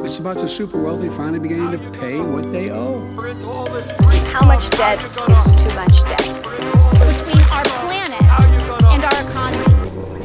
It's about the super wealthy finally beginning to pay what they owe. How much debt is too much debt? Between our planet and our economy.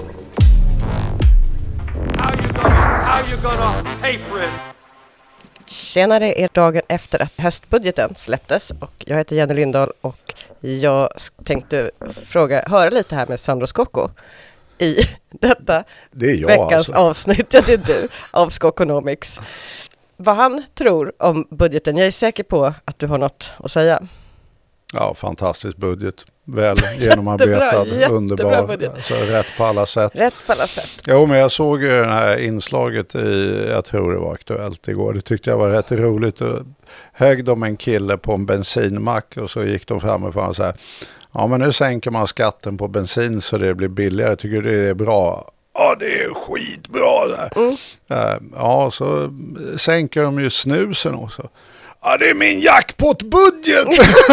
How you gonna pay for it? Tjenare, är dagen efter att höstbudgeten släpptes och jag heter Jenny Lindahl och jag tänkte höra lite här med Sandro Scocco i detta veckans avsnitt, det är du, av Scocconomics. Vad han tror om budgeten, jag är säker på att du har något att säga. Ja, fantastisk budget. Väl genomarbetad, underbar. Alltså, rätt på alla sätt. Rätt på alla sätt. Jo, men jag såg ju det här inslaget jag tror det var Aktuellt igår. Det tyckte jag var rätt roligt. Högg de en kille på en bensinmack och så gick de fram och fram så här. Ja, men nu sänker man skatten på bensin så det blir billigare. Jag tycker det är bra. Ja, det är skitbra där. Ja, så sänker de ju snusen också. Ja, det är min jackpot-budget!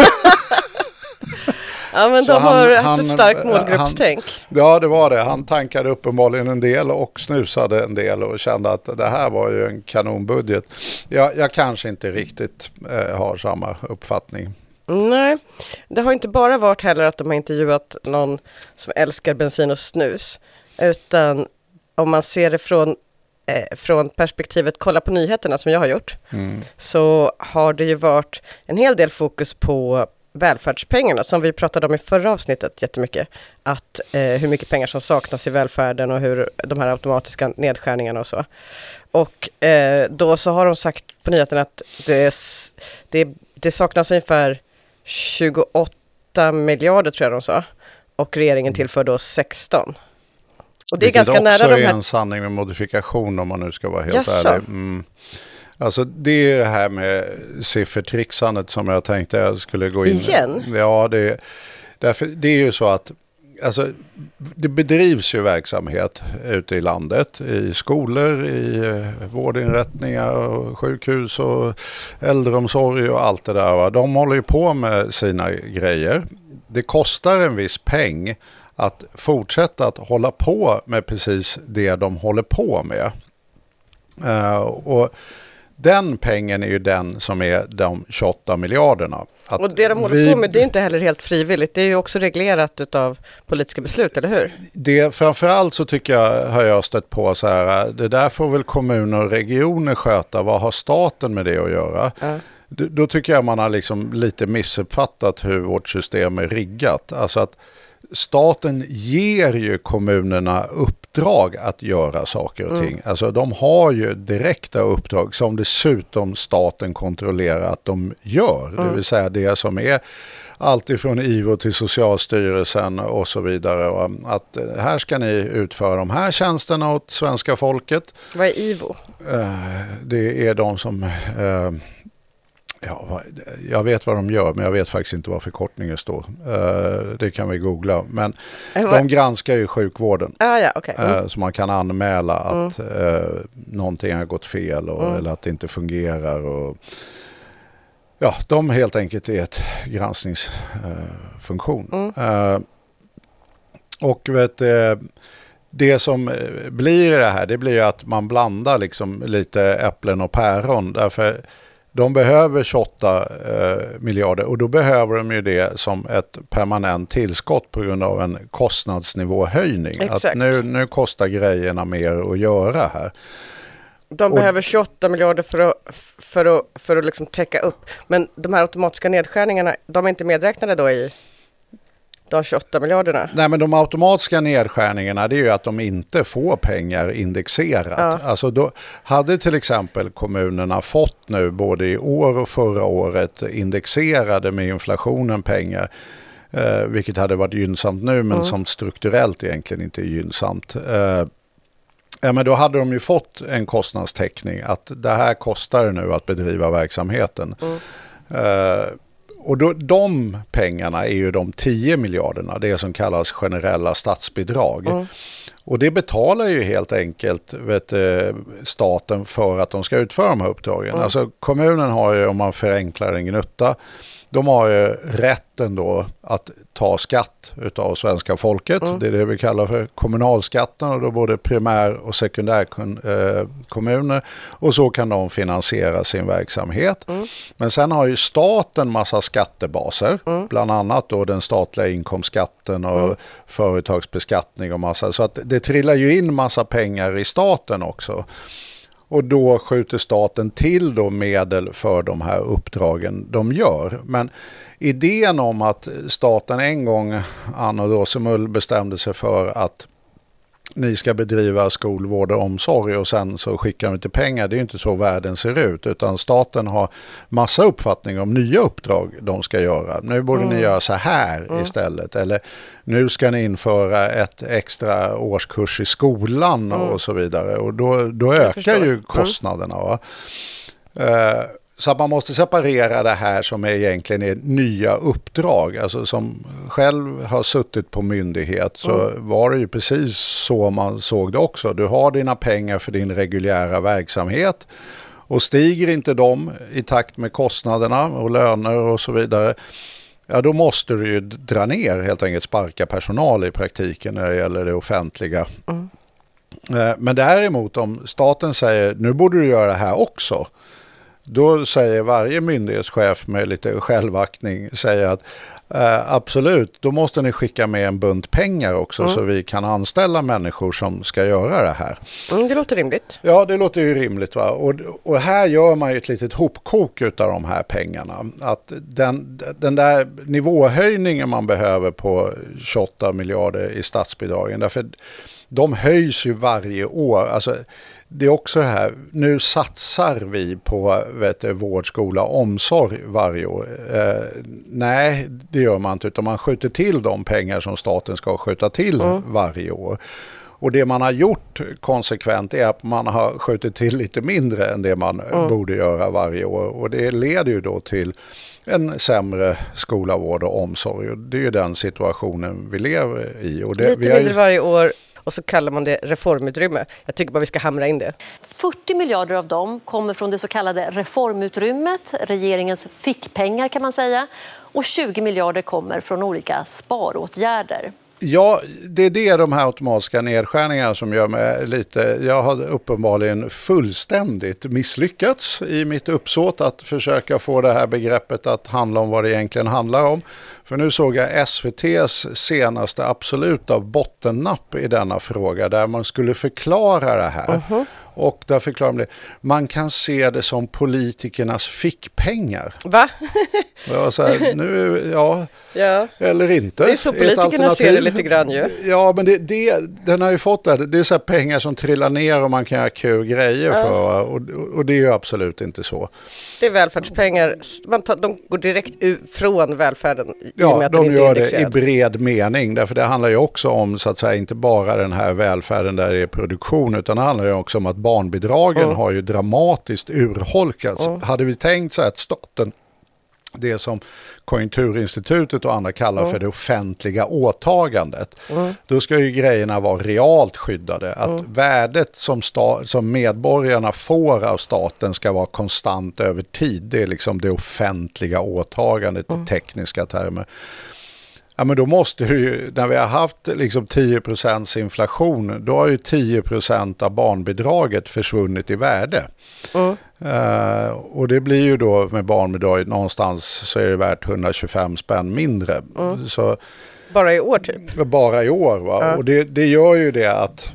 Ja, men så de har haft ett starkt målgruppstänk. Ja, det var det. Han tankade uppenbarligen en del och snusade en del och kände att det här var ju en kanonbudget. Jag kanske inte riktigt har samma uppfattning. Nej, det har inte bara varit heller att de har intervjuat någon som älskar bensin och snus, utan om man ser det från perspektivet kolla på nyheterna som jag har gjort, så har det ju varit en hel del fokus på välfärdspengarna som vi pratade om i förra avsnittet jättemycket, att hur mycket pengar som saknas i välfärden och hur de här automatiska nedskärningarna och så. Och då så har de sagt på nyheterna att det saknas ungefär 28 miljarder tror jag de sa, och regeringen tillför då 16. Och det är ganska nära de här. Det är en sanning med modifikation om man nu ska vara helt ärlig. Alltså det är det här med siffertrixandet som jag tänkte jag skulle gå in. Igen? Ja, det är ju så att alltså, det bedrivs ju verksamhet ute i landet, i skolor, i vårdinrättningar och sjukhus och äldreomsorg och allt det där. Va? De håller ju på med sina grejer. Det kostar en viss peng att fortsätta att hålla på med precis det de håller på med. Och den pengen är ju den som är de 28 miljarderna. Och det de håller på med, det är inte heller helt frivilligt. Det är ju också reglerat av politiska beslut, eller hur? Det, framförallt så tycker jag, har jag stött på så här, det där får väl kommuner och regioner sköta. Vad har staten med det att göra? Då tycker jag man har liksom lite missuppfattat hur vårt system är riggat. Alltså att staten ger ju kommunerna uppdrag att göra saker och ting. Alltså de har ju direkta uppdrag som dessutom staten kontrollerar att de gör. Det vill säga det som är allt ifrån IVO till Socialstyrelsen och så vidare. Och att här ska ni utföra de här tjänsterna åt svenska folket. Vad är IVO? Det är de som... Ja, jag vet vad de gör, men jag vet faktiskt inte vad förkortningen står. Det kan vi googla. Men de granskar ju sjukvården. Så man kan anmäla att någonting har gått fel eller att det inte fungerar. Och, ja, de helt enkelt är ett granskningsfunktion. Och det som blir det här, det blir att man blandar liksom lite äpplen och päron. Därför de behöver 28 miljarder och då behöver de ju det som ett permanent tillskott på grund av en kostnadsnivåhöjning. Exakt. Att nu kostar grejerna mer att göra här. De behöver 28 miljarder för att liksom täcka upp. Men de här automatiska nedskärningarna, de är inte medräknade då i de 28 miljarderna? Nej, men de automatiska nedskärningarna, det är ju att de inte får pengar indexerat. Ja. Alltså då hade till exempel kommunerna fått nu både i år och förra året indexerade med inflationen pengar, vilket hade varit gynnsamt nu men som strukturellt egentligen inte är gynnsamt. Ja, men då hade de ju fått en kostnadstäckning att det här kostar nu att bedriva verksamheten. Och då, de pengarna är ju de 10 miljarderna, det som kallas generella statsbidrag. Och det betalar ju helt enkelt staten för att de ska utföra de här uppdragen. Alltså kommunen har ju, om man förenklar en gnutta, de har ju rätten då att ta skatt utav svenska folket. Det är det vi kallar för kommunalskatten, och då både primär- och sekundärkommuner. Och så kan de finansiera sin verksamhet. Men sen har ju staten massa skattebaser. Bland annat då den statliga inkomstskatten och företagsbeskattning och massa. Så att det trillar ju in massa pengar i staten också. Och då skjuter staten till då medel för de här uppdragen de gör. Men idén om att staten en gång, Anna Rosemull, bestämde sig för att ni ska bedriva skolvård och omsorg och sen så skickar de inte pengar. Det är ju inte så världen ser ut, utan staten har massa uppfattning om nya uppdrag de ska göra. Nu borde ni göra så här istället, eller nu ska ni införa ett extra årskurs i skolan och så vidare. Och då ökar ju kostnaderna. Va? Så att man måste separera det här som är egentligen är nya uppdrag. Alltså som själv har suttit på myndighet så var det ju precis så man såg det också. Du har dina pengar för din reguljära verksamhet och stiger inte de i takt med kostnaderna och löner och så vidare, ja då måste du ju dra ner, helt enkelt sparka personal i praktiken när det gäller det offentliga. Men däremot om staten säger nu borde du göra det här också, då säger varje myndighetschef med lite självaktning säger att absolut, då måste ni skicka med en bunt pengar också så vi kan anställa människor som ska göra det här. Det låter rimligt. Ja, det låter ju rimligt. Va? Och här gör man ju ett litet hopkok utav de här pengarna. Att den där nivåhöjningen man behöver på 28 miljarder i statsbidragen, därför de höjs ju varje år. Alltså, det är också det här, nu satsar vi på vård, skola, omsorg varje år. Nej, det gör man inte, utan man skjuter till de pengar som staten ska skjuta till varje år. Och det man har gjort konsekvent är att man har skjutit till lite mindre än det man borde göra varje år. Och det leder ju då till en sämre skola, vård och omsorg. Och det är ju den situationen vi lever i. Och det, lite mindre varje år. Och så kallar man det reformutrymme. Jag tycker bara vi ska hamra in det. 40 miljarder av dem kommer från det så kallade reformutrymmet, regeringens fickpengar kan man säga. Och 20 miljarder kommer från olika sparåtgärder. Ja, det är de här automatiska nedskärningarna som gör mig lite... Jag har uppenbarligen fullständigt misslyckats i mitt uppsåt att försöka få det här begreppet att handla om vad det egentligen handlar om. För nu såg jag SVT:s senaste absoluta bottennapp i denna fråga där man skulle förklara det här. Och där förklarar man det. Man kan se det som politikernas fickpengar. Va? Jag så här, nu, ja, eller inte. Det är så politikerna ser det lite grann ju. Ja, men den har ju fått det är så här pengar som trillar ner och man kan göra kul grejer för. Och det är ju absolut inte så. Det är välfärdspengar. De går direkt från välfärden. Ja, de gör det i bred mening. Därför det handlar ju också om så att säga inte bara den här välfärden där det är produktion, utan det handlar ju också om att barnbidragen har ju dramatiskt urholkats. Hade vi tänkt så här att staten, det som Konjunkturinstitutet och andra kallar för det offentliga åtagandet, då ska ju grejerna vara realt skyddade. Att värdet som medborgarna får av staten ska vara konstant över tid. Det är liksom det offentliga åtagandet i tekniska termer. Ja, men då måste det ju, när vi har haft liksom 10% inflation, då har ju 10% av barnbidraget försvunnit i värde. Och det blir ju då med barnbidraget någonstans så är det värt 125 spänn mindre. Så, bara i år typ? Bara i år, va? Och det gör ju det att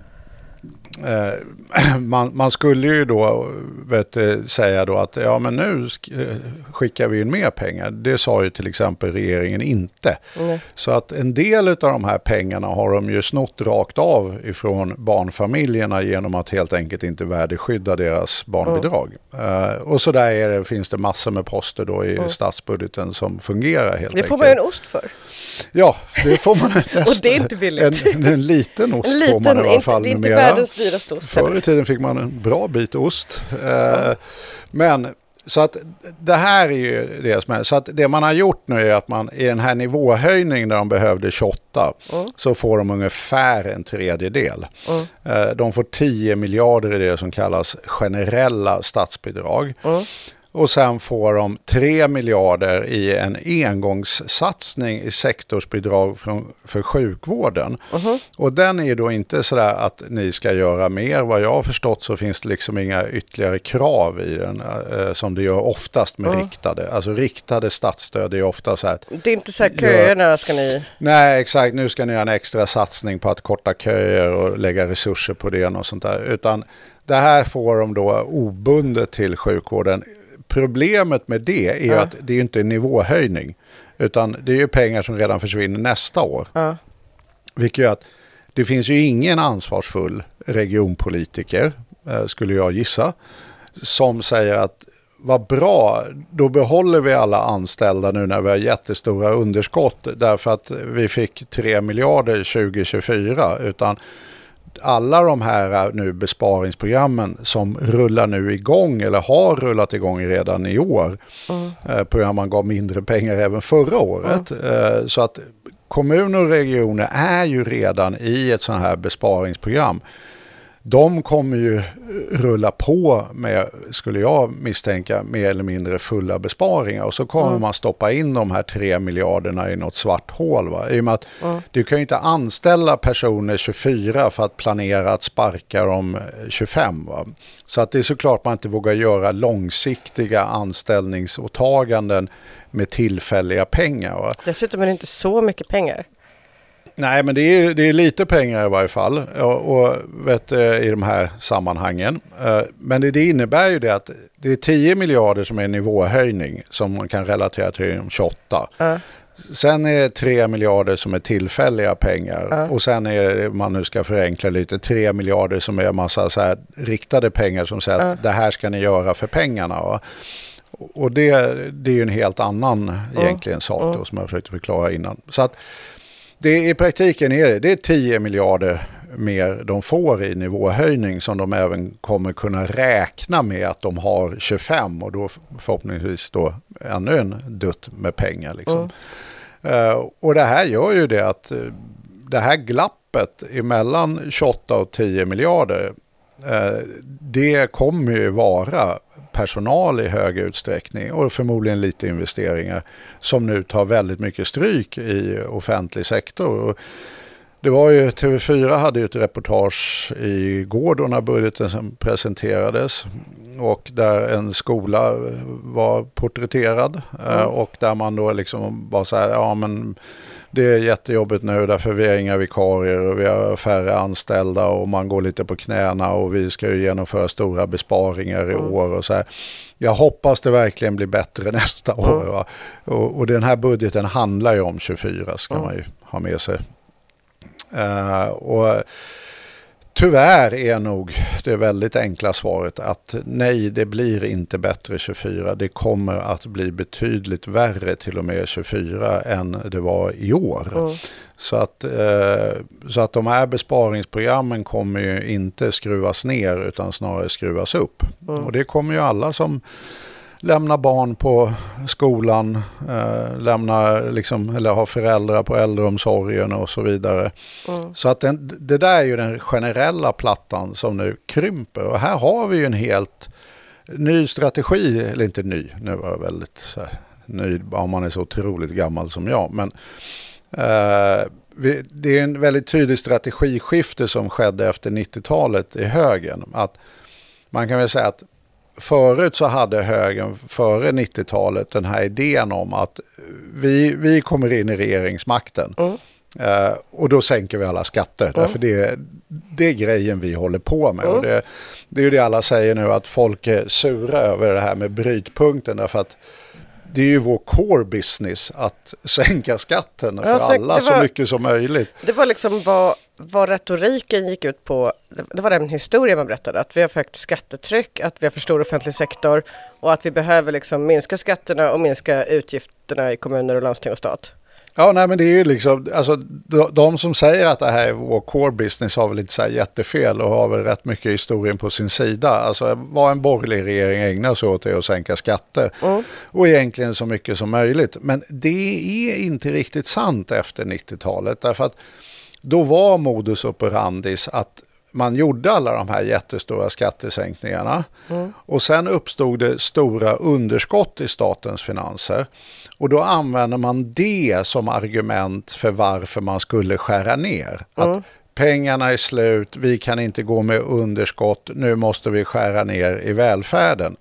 man skulle ju då säga då att ja, men nu skickar vi in mer pengar. Det sa ju till exempel regeringen inte. Så att en del av de här pengarna har de ju snott rakt av ifrån barnfamiljerna genom att helt enkelt inte värdeskydda deras barnbidrag. Och så där finns det massor med poster då i statsbudgeten som fungerar helt enkelt. Det får man ju en ost för. Ja, det får man nästan. Och det är inte billigt. En liten ost får man i alla fall. Det är inte världens dyraste ost. Förr i tiden fick man en bra bit ost. Men Så att det här är ju det som är. Så att det man har gjort nu är att man i den här nivåhöjningen där de behövde 28 så får de ungefär en tredjedel. De får 10 miljarder i det som kallas generella statsbidrag. Och sen får de 3 miljarder i en engångssatsning i sektorsbidrag för sjukvården. Och den är ju då inte sådär att ni ska göra mer. Vad jag har förstått så finns det liksom inga ytterligare krav i den som det gör oftast med riktade. Alltså riktade statsstöd är ofta så här. Det är inte så här köerna ska ni... Nej, exakt. Nu ska ni göra en extra satsning på att korta köer och lägga resurser på det och sånt där. Utan det här får de då obundet till sjukvården. Problemet med det är ju att det är inte en nivåhöjning utan det är ju pengar som redan försvinner nästa år. Vilket gör att det finns ju ingen ansvarsfull regionpolitiker, skulle jag gissa, som säger att vad bra, då behåller vi alla anställda nu när vi har jättestora underskott därför att vi fick 3 miljarder 2024, utan alla de här nu besparingsprogrammen som rullar nu igång eller har rullat igång redan i år. Program man gav mindre pengar även förra året. Så att kommuner och regioner är ju redan i ett sånt här besparingsprogram. De kommer ju rulla på med, skulle jag misstänka, mer eller mindre fulla besparingar. Och så kommer man stoppa in de här 3 miljarderna i något svart hål. Va? I och med att du kan ju inte anställa personer 24 för att planera att sparka dem 25. Va? Så att det är såklart man inte vågar göra långsiktiga anställningsåtaganden med tillfälliga pengar. Va? Dessutom är det inte så mycket pengar. Nej, men det är lite pengar i varje fall och vet, i de här sammanhangen. Men det innebär ju det att det är 10 miljarder som är en nivåhöjning som man kan relatera till de 28. Sen är det 3 miljarder som är tillfälliga pengar och sen är det, man nu ska förenkla lite, 3 miljarder som är en massa så här riktade pengar som säger att det här ska ni göra för pengarna. Va? Och det är ju en helt annan egentligen sak då, som jag försökte förklara innan. Så att det i praktiken är det är 10 miljarder mer de får i nivåhöjning som de även kommer kunna räkna med att de har 25 och då förhoppningsvis då ännu en dutt med pengar. Liksom. Och det här gör ju det att det här glappet emellan 28 och 10 miljarder det kommer ju vara personal i hög utsträckning och förmodligen lite investeringar som nu tar väldigt mycket stryk i offentlig sektor. Och det var ju TV4 hade ju ett reportage igår då när budgeten presenterades och där en skola var porträtterad och där man då liksom var så här, ja men det är jättejobbigt nu därför vi har inga vikarier och vi har färre anställda och man går lite på knäna och vi ska ju genomföra stora besparingar i år och så här. Jag hoppas det verkligen blir bättre nästa år. Va? Och den här budgeten handlar ju om 24 ska man ju ha med sig. Och tyvärr är nog det väldigt enkla svaret att nej, det blir inte bättre 24. Det kommer att bli betydligt värre till och med 24 än det var i år. Så att de här besparingsprogrammen kommer ju inte skruvas ner utan snarare skruvas upp. Och det kommer ju alla som lämnar barn på skolan, lämnar liksom, eller har föräldrar på äldreomsorgen och så vidare. Så att det där är ju den generella plattan som nu krymper. Och här har vi ju en helt ny strategi, eller inte ny, nu var jag väldigt så här, ny om man är så otroligt gammal som jag. Men det är en väldigt tydlig strategiskifte som skedde efter 90-talet i högern. Att man kan väl säga att förut så hade högern före 90-talet den här idén om att vi kommer in i regeringsmakten och då sänker vi alla skatter. Därför det är grejen vi håller på med. Och det är ju det alla säger nu att folk är sura över det här med brytpunkten därför att det är ju vår core business att sänka skatten för alla så mycket som möjligt. Det var liksom vad retoriken gick ut på. Det var den historia man berättade. Att vi har för högt skattetryck, att vi har för stor offentlig sektor och att vi behöver liksom minska skatterna och minska utgifterna i kommuner och landsting och stat. Ja, nej, men det är ju liksom, alltså de som säger att det här är vår core business har väl inte så här jättefel och har väl rätt mycket historien på sin sida. Alltså vad en borgerlig regering ägnar sig åt är att sänka skatter och egentligen så mycket som möjligt. Men det är inte riktigt sant efter 90-talet, därför att då var modus operandis att man gjorde alla de här jättestora skattesänkningarna och sen uppstod det stora underskott i statens finanser. Och då använder man det som argument för varför man skulle skära ner. Att pengarna är slut, vi kan inte gå med underskott, nu måste vi skära ner i välfärden.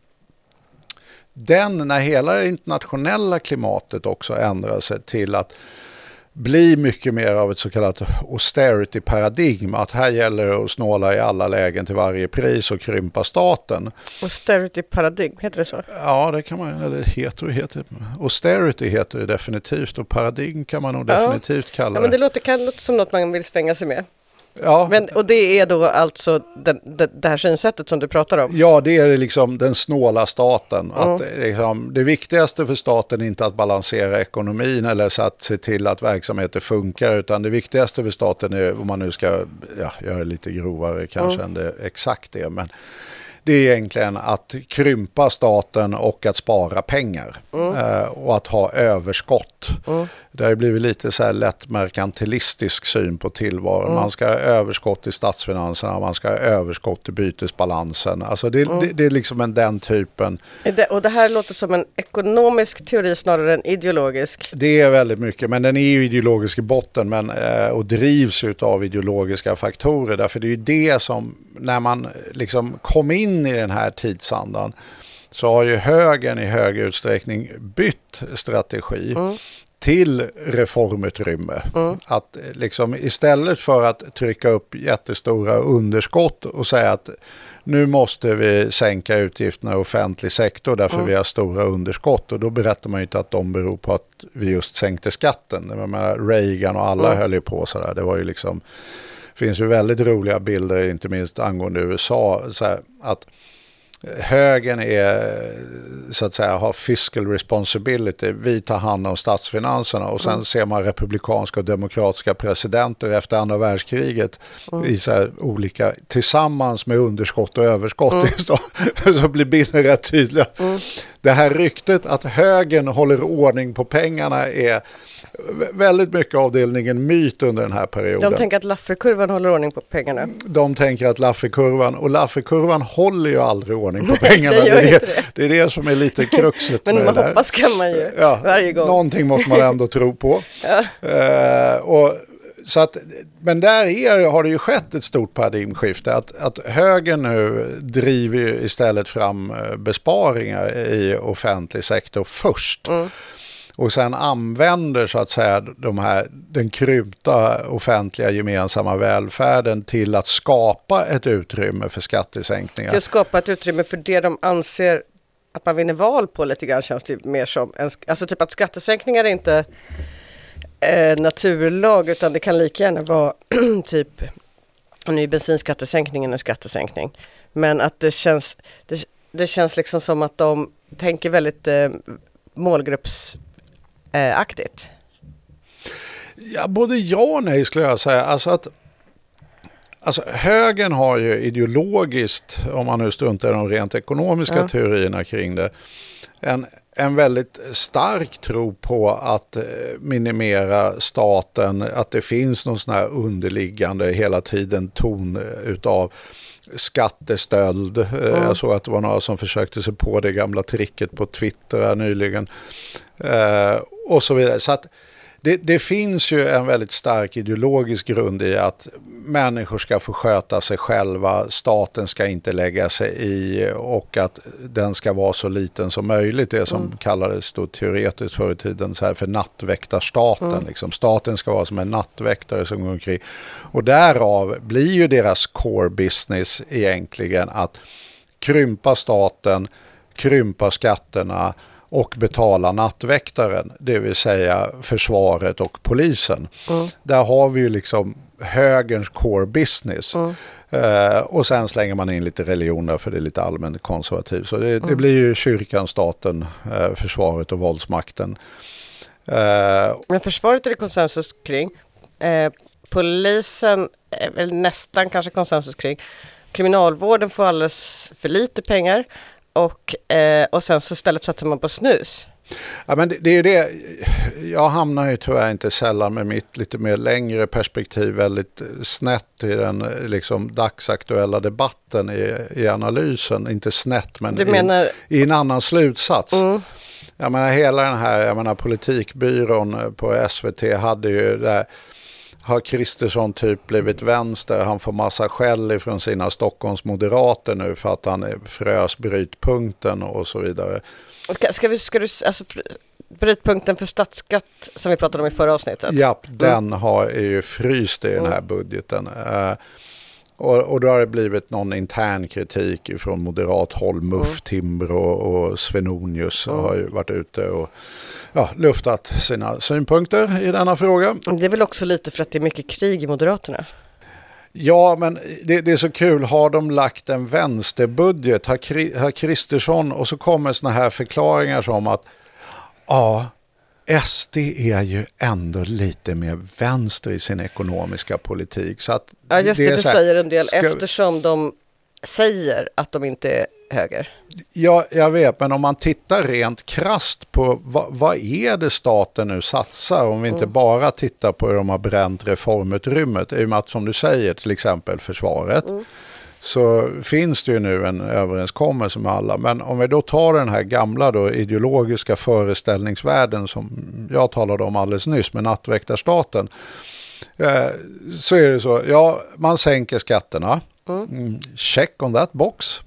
När hela det internationella klimatet också ändrar sig till att bli mycket mer av ett så kallat austerity-paradigm. Att här gäller det att snåla i alla lägen till varje pris och krympa staten. Austerity-paradigm, heter det så? Ja, det kan man, eller heter. Austerity heter det definitivt och paradigm kan man nog definitivt kalla det. Ja, men det kan låta som något man vill svänga sig med. Ja. Och det är då alltså det här synsättet som du pratar om? Ja, det är liksom den snåla staten. Att liksom, det viktigaste för staten är inte att balansera ekonomin eller så att se till att verksamheter funkar, utan det viktigaste för staten är, om man nu ska göra det lite grovare kanske än det exakt det, men det är egentligen att krympa staten och att spara pengar och att ha överskott. Det har blivit lite så här lätt merkantilistisk syn på tillvaron. Man ska ha överskott i statsfinanserna, man ska ha överskott i bytesbalansen. Alltså det är liksom den typen. Och det här låter som en ekonomisk teori snarare än ideologisk. Det är väldigt mycket, men den är ju ideologisk i botten och drivs av ideologiska faktorer. Därför det är ju det som, när man liksom kom in i den här tidsandan, så har ju högern i hög utsträckning bytt strategi till reformutrymme. Att liksom istället för att trycka upp jättestora underskott och säga att nu måste vi sänka utgifterna i offentlig sektor därför vi har stora underskott, och då berättar man ju inte att de beror på att vi just sänkte skatten. Jag menar, Reagan och alla höll ju på sådär. Det var ju liksom, finns ju väldigt roliga bilder, inte minst angående USA, så här, att högern är så att säga har fiscal responsibility, vi tar hand om statsfinanserna, och sen ser man republikanska och demokratiska presidenter efter andra världskriget i så här olika, tillsammans med underskott och överskott så blir bilden rätt tydliga. Det här ryktet att högern håller ordning på pengarna är väldigt mycket avdelningen myt under den här perioden. De tänker att Lafferkurvan håller ordning på pengarna. De tänker att Lafferkurvan håller ju aldrig ordning på pengarna. Det är det som är lite kruxet. Men man hoppas kan man ju varje gång. Någonting måste man ändå tro på. Så att, men har det ju skett ett stort paradigmskifte. Att högern nu driver ju istället fram besparingar i offentlig sektor först. Och sen använder så att säga den krympta offentliga gemensamma välfärden till att skapa ett utrymme för skattesänkningar. Att skapa ett utrymme för det de anser att man vinner val på, lite grann känns det mer som. Alltså typ att skattesänkningar är inte naturlag, utan det kan lika gärna vara typ en ny bensinskattesänkning, en skattesänkning. Men att det känns liksom som att de tänker väldigt målgruppsaktigt. Ja, både ja och nej skulle jag säga. Alltså högern har ju ideologiskt, om man nu struntar i de rent ekonomiska teorierna kring det, en väldigt stark tro på att minimera staten, att det finns någon sån här underliggande hela tiden ton utav skattestöld. Jag såg att det var några som försökte sig på det gamla tricket på Twitter här nyligen. Och så vidare. Så att det finns ju en väldigt stark ideologisk grund i att människor ska få sköta sig själva, staten ska inte lägga sig i, och att den ska vara så liten som möjligt. Det som kallades då teoretiskt förr i tiden så här för nattväktarstaten. Liksom. Staten ska vara som en nattväktare som går omkring. Och därav blir ju deras core business egentligen att krympa staten, krympa skatterna och betala nattväktaren, det vill säga försvaret och polisen. Där har vi ju liksom högerns core business. Och sen slänger man in lite religioner för det är lite allmänt konservativt. Så det blir ju kyrkan, staten, försvaret och våldsmakten. Men försvaret är det konsensus kring. Polisen är väl nästan kanske konsensus kring. Kriminalvården får alldeles för lite pengar och sen så istället satsar man på snus. Ja, men det är ju det. Jag hamnar ju tyvärr inte sällan med mitt lite mer längre perspektiv väldigt snett i den liksom dagsaktuella debatten i analysen. Inte snett, men i en annan slutsats. Jag menar hela den här politikbyrån på SVT hade ju där. Har Kristersson typ blivit vänster? Han får massa skäll ifrån sina Stockholms moderater nu för att han frös brytpunkten och så vidare. Ska du alltså brytpunkten för statsskatt som vi pratade om i förra avsnittet? Ja, den är ju fryst i den här budgeten. Och då har det blivit någon intern kritik från moderat håll. MUF, Timbro och Svenonius har ju varit ute och luftat sina synpunkter i denna fråga. Det är väl också lite för att det är mycket krig i Moderaterna? Ja, men det är så kul. Har de lagt en vänsterbudget? Har Kristersson, och så kommer såna här förklaringar som att SD är ju ändå lite mer vänster i sin ekonomiska politik. Så att ja, just det, du säger en del eftersom de säger att de inte är höger. Ja, jag vet, men om man tittar rent krasst på vad är det staten nu satsar, om vi inte bara tittar på hur de har bränt reformutrymmet, i och med att som du säger till exempel försvaret, så finns det ju nu en överenskommelse med alla. Men om vi då tar den här gamla då, ideologiska föreställningsvärlden som jag talade om alldeles nyss med nattväktarstaten, så är det så, man sänker skatterna. Check on that box.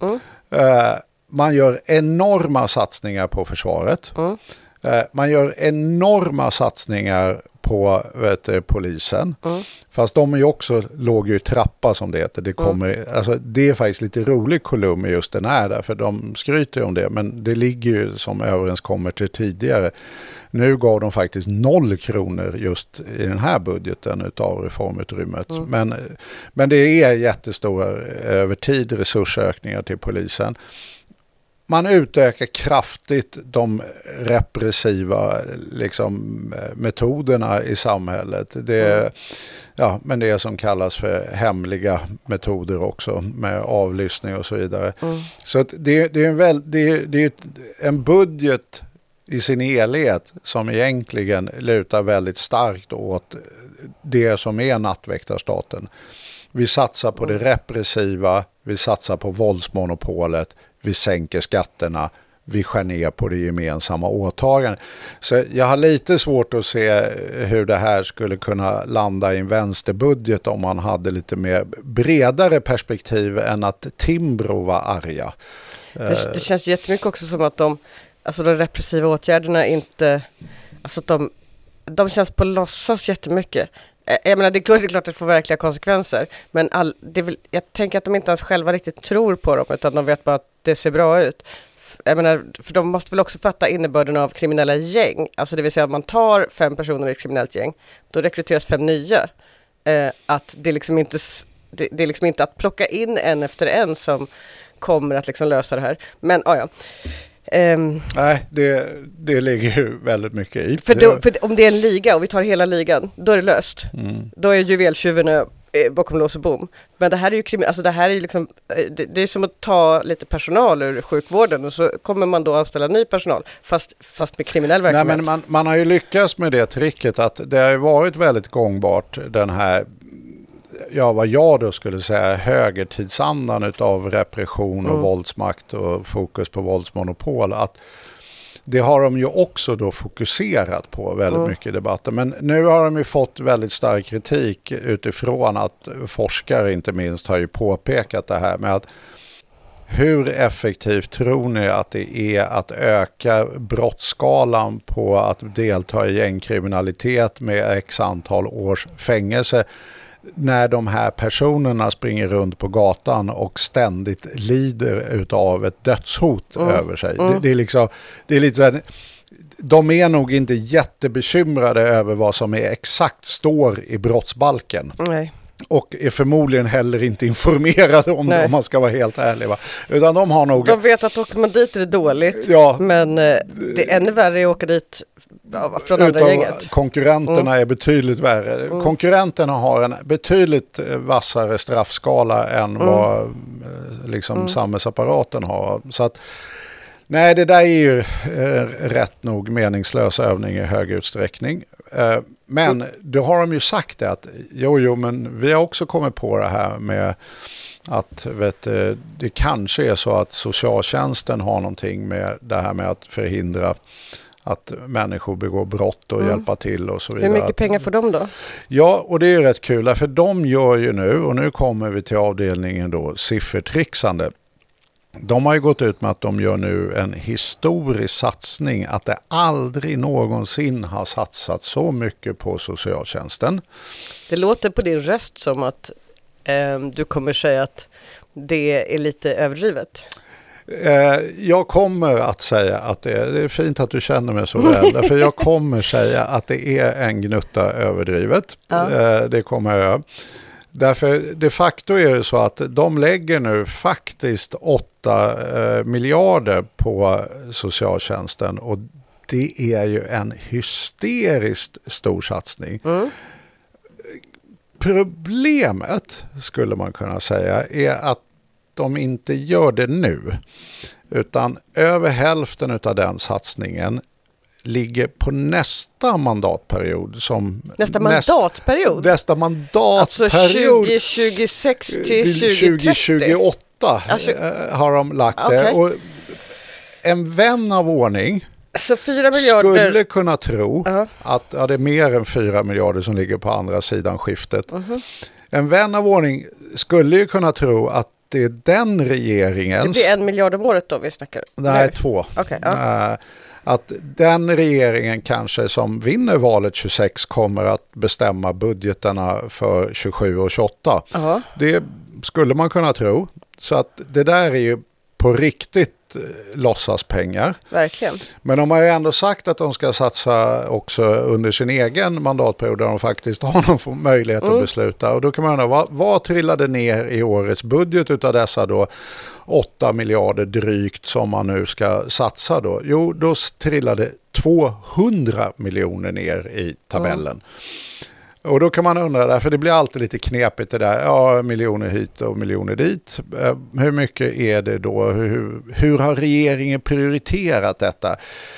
Man gör enorma satsningar på försvaret. Man gör enorma satsningar på polisen. Fast de är ju också låg i trappa som det heter. Det är faktiskt lite rolig kolumn just den här där, för de skryter om det, men det ligger ju som överenskommer till tidigare. Nu gav de faktiskt 0 kronor just i den här budgeten utav reformutrymmet. Men det är jättestora över tid resursökningar till polisen. Man utökar kraftigt de repressiva metoderna i samhället. Men det som kallas för hemliga metoder också, med avlyssning och så vidare. Så att det är en budget i sin helhet som egentligen lutar väldigt starkt åt det som är nattväktarstaten. Vi satsar på det repressiva, vi satsar på våldsmonopolet, vi sänker skatterna, vi skär ner på det gemensamma åtagandet. Så jag har lite svårt att se hur det här skulle kunna landa i en vänsterbudget om man hade lite mer bredare perspektiv än att Timbro var arga. Det känns jättemycket också som att de repressiva åtgärderna inte, alltså de känns på låtsas jättemycket. Jag menar, det är klart att det får verkliga konsekvenser, men jag tänker att de inte ens själva riktigt tror på dem, utan de vet bara att det ser bra ut. Jag menar, för de måste väl också fatta innebörden av kriminella gäng, alltså det vill säga att man tar 5 personer i ett kriminellt gäng, då rekryteras 5 nya. Att det är liksom inte att plocka in en efter en som kommer att lösa det här. Men nej, det ligger ju väldigt mycket i. För om det är en liga och vi tar hela ligan, då är det löst. Då är juveltjuvarna bakom lås och bom. Men det här är ju det här är ju det är som att ta lite personal ur sjukvården och så kommer man då anställa ny personal fast med kriminell verksamhet. Nej, men man har ju lyckats med det tricket att det har ju varit väldigt gångbart, den här vad jag då skulle säga högertidsandan utav repression och våldsmakt och fokus på våldsmonopol, att det har de ju också då fokuserat på väldigt mycket i debatten. Men nu har de ju fått väldigt stark kritik utifrån att forskare inte minst har ju påpekat det här med att hur effektivt tror ni att det är att öka brottsskalan på att delta i gängkriminalitet med x antal års fängelse när de här personerna springer runt på gatan och ständigt lider utav ett dödshot över sig. Det är lite så här, de är nog inte jättebekymrade över vad som är exakt står i brottsbalken. Nej. Och är förmodligen heller inte informerade om det, om man ska vara helt ärlig. Va? Utan de vet att åker man dit är det dåligt, men det är ännu värre att åka dit från andra gänget. Konkurrenterna är betydligt värre. Konkurrenterna har en betydligt vassare straffskala än vad liksom samhällsapparaten har. Så att nej, det där är ju rätt nog meningslös övning i hög utsträckning. Men då har de ju sagt det att men vi har också kommit på det här med att det kanske är så att socialtjänsten har någonting med det här med att förhindra att människor begår brott och hjälpa till och så vidare. Hur mycket pengar får de då? Ja, och det är rätt kul för de gör ju nu, och nu kommer vi till avdelningen då, siffertrixande. De har ju gått ut med att de gör nu en historisk satsning, att det aldrig någonsin har satsat så mycket på socialtjänsten. Det låter på din röst som att du kommer säga att det är lite överdrivet. Jag kommer att säga att det är fint att du känner mig så väl, därför jag kommer säga att det är en gnutta överdrivet. Det kommer jag. Därför de facto är det så att de lägger nu faktiskt 8 miljarder på socialtjänsten, och det är ju en hysteriskt stor satsning. Problemet, skulle man kunna säga, är att de inte gör det nu, utan över hälften av den satsningen ligger på nästa mandatperiod. Nästa mandatperiod? Nästa mandatperiod. Alltså 2026 till 2028 har de lagt det. Och en vän av ordning så 4 miljarder skulle kunna tro att det är mer än 4 miljarder som ligger på andra sidan skiftet. En vän av ordning skulle ju kunna tro att det är den regeringens... Det blir 1 miljard om året då vi snackar? Nej, 2. Okay, att den regeringen kanske som vinner valet 26 kommer att bestämma budgeterna för 27 och 28. Det skulle man kunna tro. Så att det där är ju på riktigt låtsaspengar. Verkligen. Men de har ju ändå sagt att de ska satsa också under sin egen mandatperiod där de faktiskt har någon möjlighet att besluta. Och då kan man undra, vad trillade ner i årets budget utav dessa då 8 miljarder drygt som man nu ska satsa då? Jo, då trillade 200 miljoner ner i tabellen. Och då kan man undra, därför det blir alltid lite knepigt det där, miljoner hit och miljoner dit. Hur mycket är det då? Hur har regeringen prioriterat detta?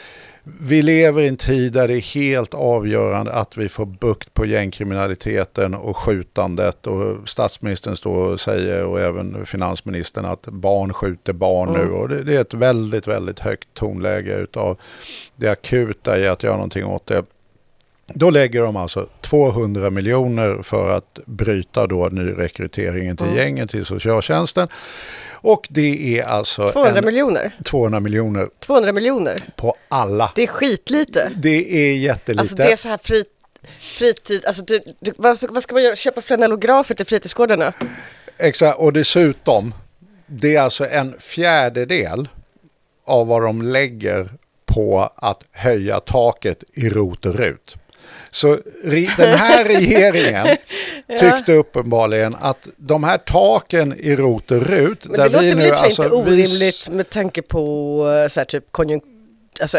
Vi lever i en tid där det är helt avgörande att vi får bukt på gängkriminaliteten och skjutandet, och statsministern står och säger, och även finansministern, att barn skjuter barn nu, och det är ett väldigt, väldigt högt tonläge utav det akuta i att göra någonting åt det. Då lägger de alltså 200 miljoner för att bryta då nyrekryteringen till gängen, till socialtjänsten. Och det är alltså 200 miljoner? 200 miljoner. 200 miljoner? På alla. Det är skitlite. Det är jättelite. Alltså det är så här fritid. Alltså vad ska man göra? Köpa flanellografer till fritidsgårdarna? Exakt, och dessutom, det är alltså 1/4 av vad de lägger på att höja taket i ROT och RUT. Så den här regeringen tyckte uppenbarligen att de här taken i ROT och RUT... Men det låter väl inte orimligt med tanke på så här, typ konjunktur... Alltså,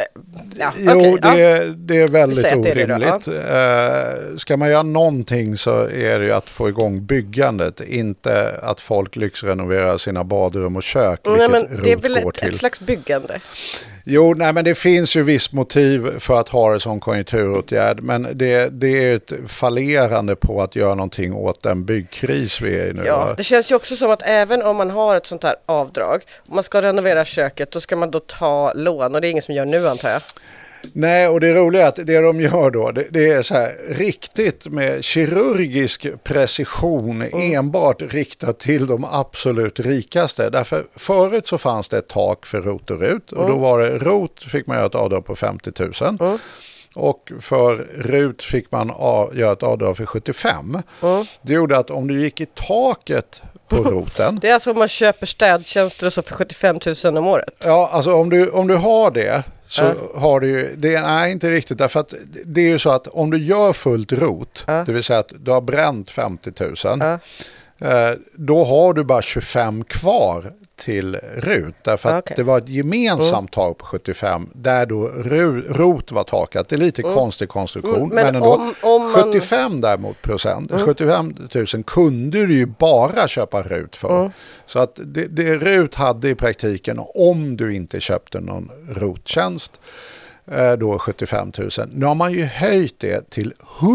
det är väldigt orimligt. Ska man göra någonting så är det ju att få igång byggandet, inte att folk lyxrenoverar sina badrum och kök. Nej, men det är väl ett slags byggande? Jo, nej, men det finns ju viss motiv för att ha det som konjunkturåtgärd, men det är ett fallerande på att göra någonting åt den byggkris vi är i nu. Ja, det känns ju också som att även om man har ett sånt här avdrag, om man ska renovera köket, då ska man då ta lån, och det är ingen som gör nu, antar jag. Nej, och det roliga är att det de gör då, det är så här riktigt med kirurgisk precision enbart riktat till de absolut rikaste. Därför förut så fanns det ett tak för ROT och RUT, och då var det ROT fick man göra ett avdrag på 50 000. Och för RUT fick man göra ett avdrag för 75. Det gjorde att om du gick i taket på roten. Det är alltså om man köper städtjänster och så för 75 000 om året. Ja, alltså om du har det så har du ju, det är inte riktigt, därför att det är ju så att om du gör fullt rot, det vill säga att du har bränt 50 000, då har du bara 25 kvar till RUT. Därför att det var ett gemensamt tak på 75 där då ROT var takat. Det är lite konstig konstruktion. Men ändå, om 75 däremot procent, 75 000 kunde du ju bara köpa RUT för. Så att det RUT hade i praktiken, om du inte köpte någon ROT-tjänst, då 75 000. Nu har man ju höjt det till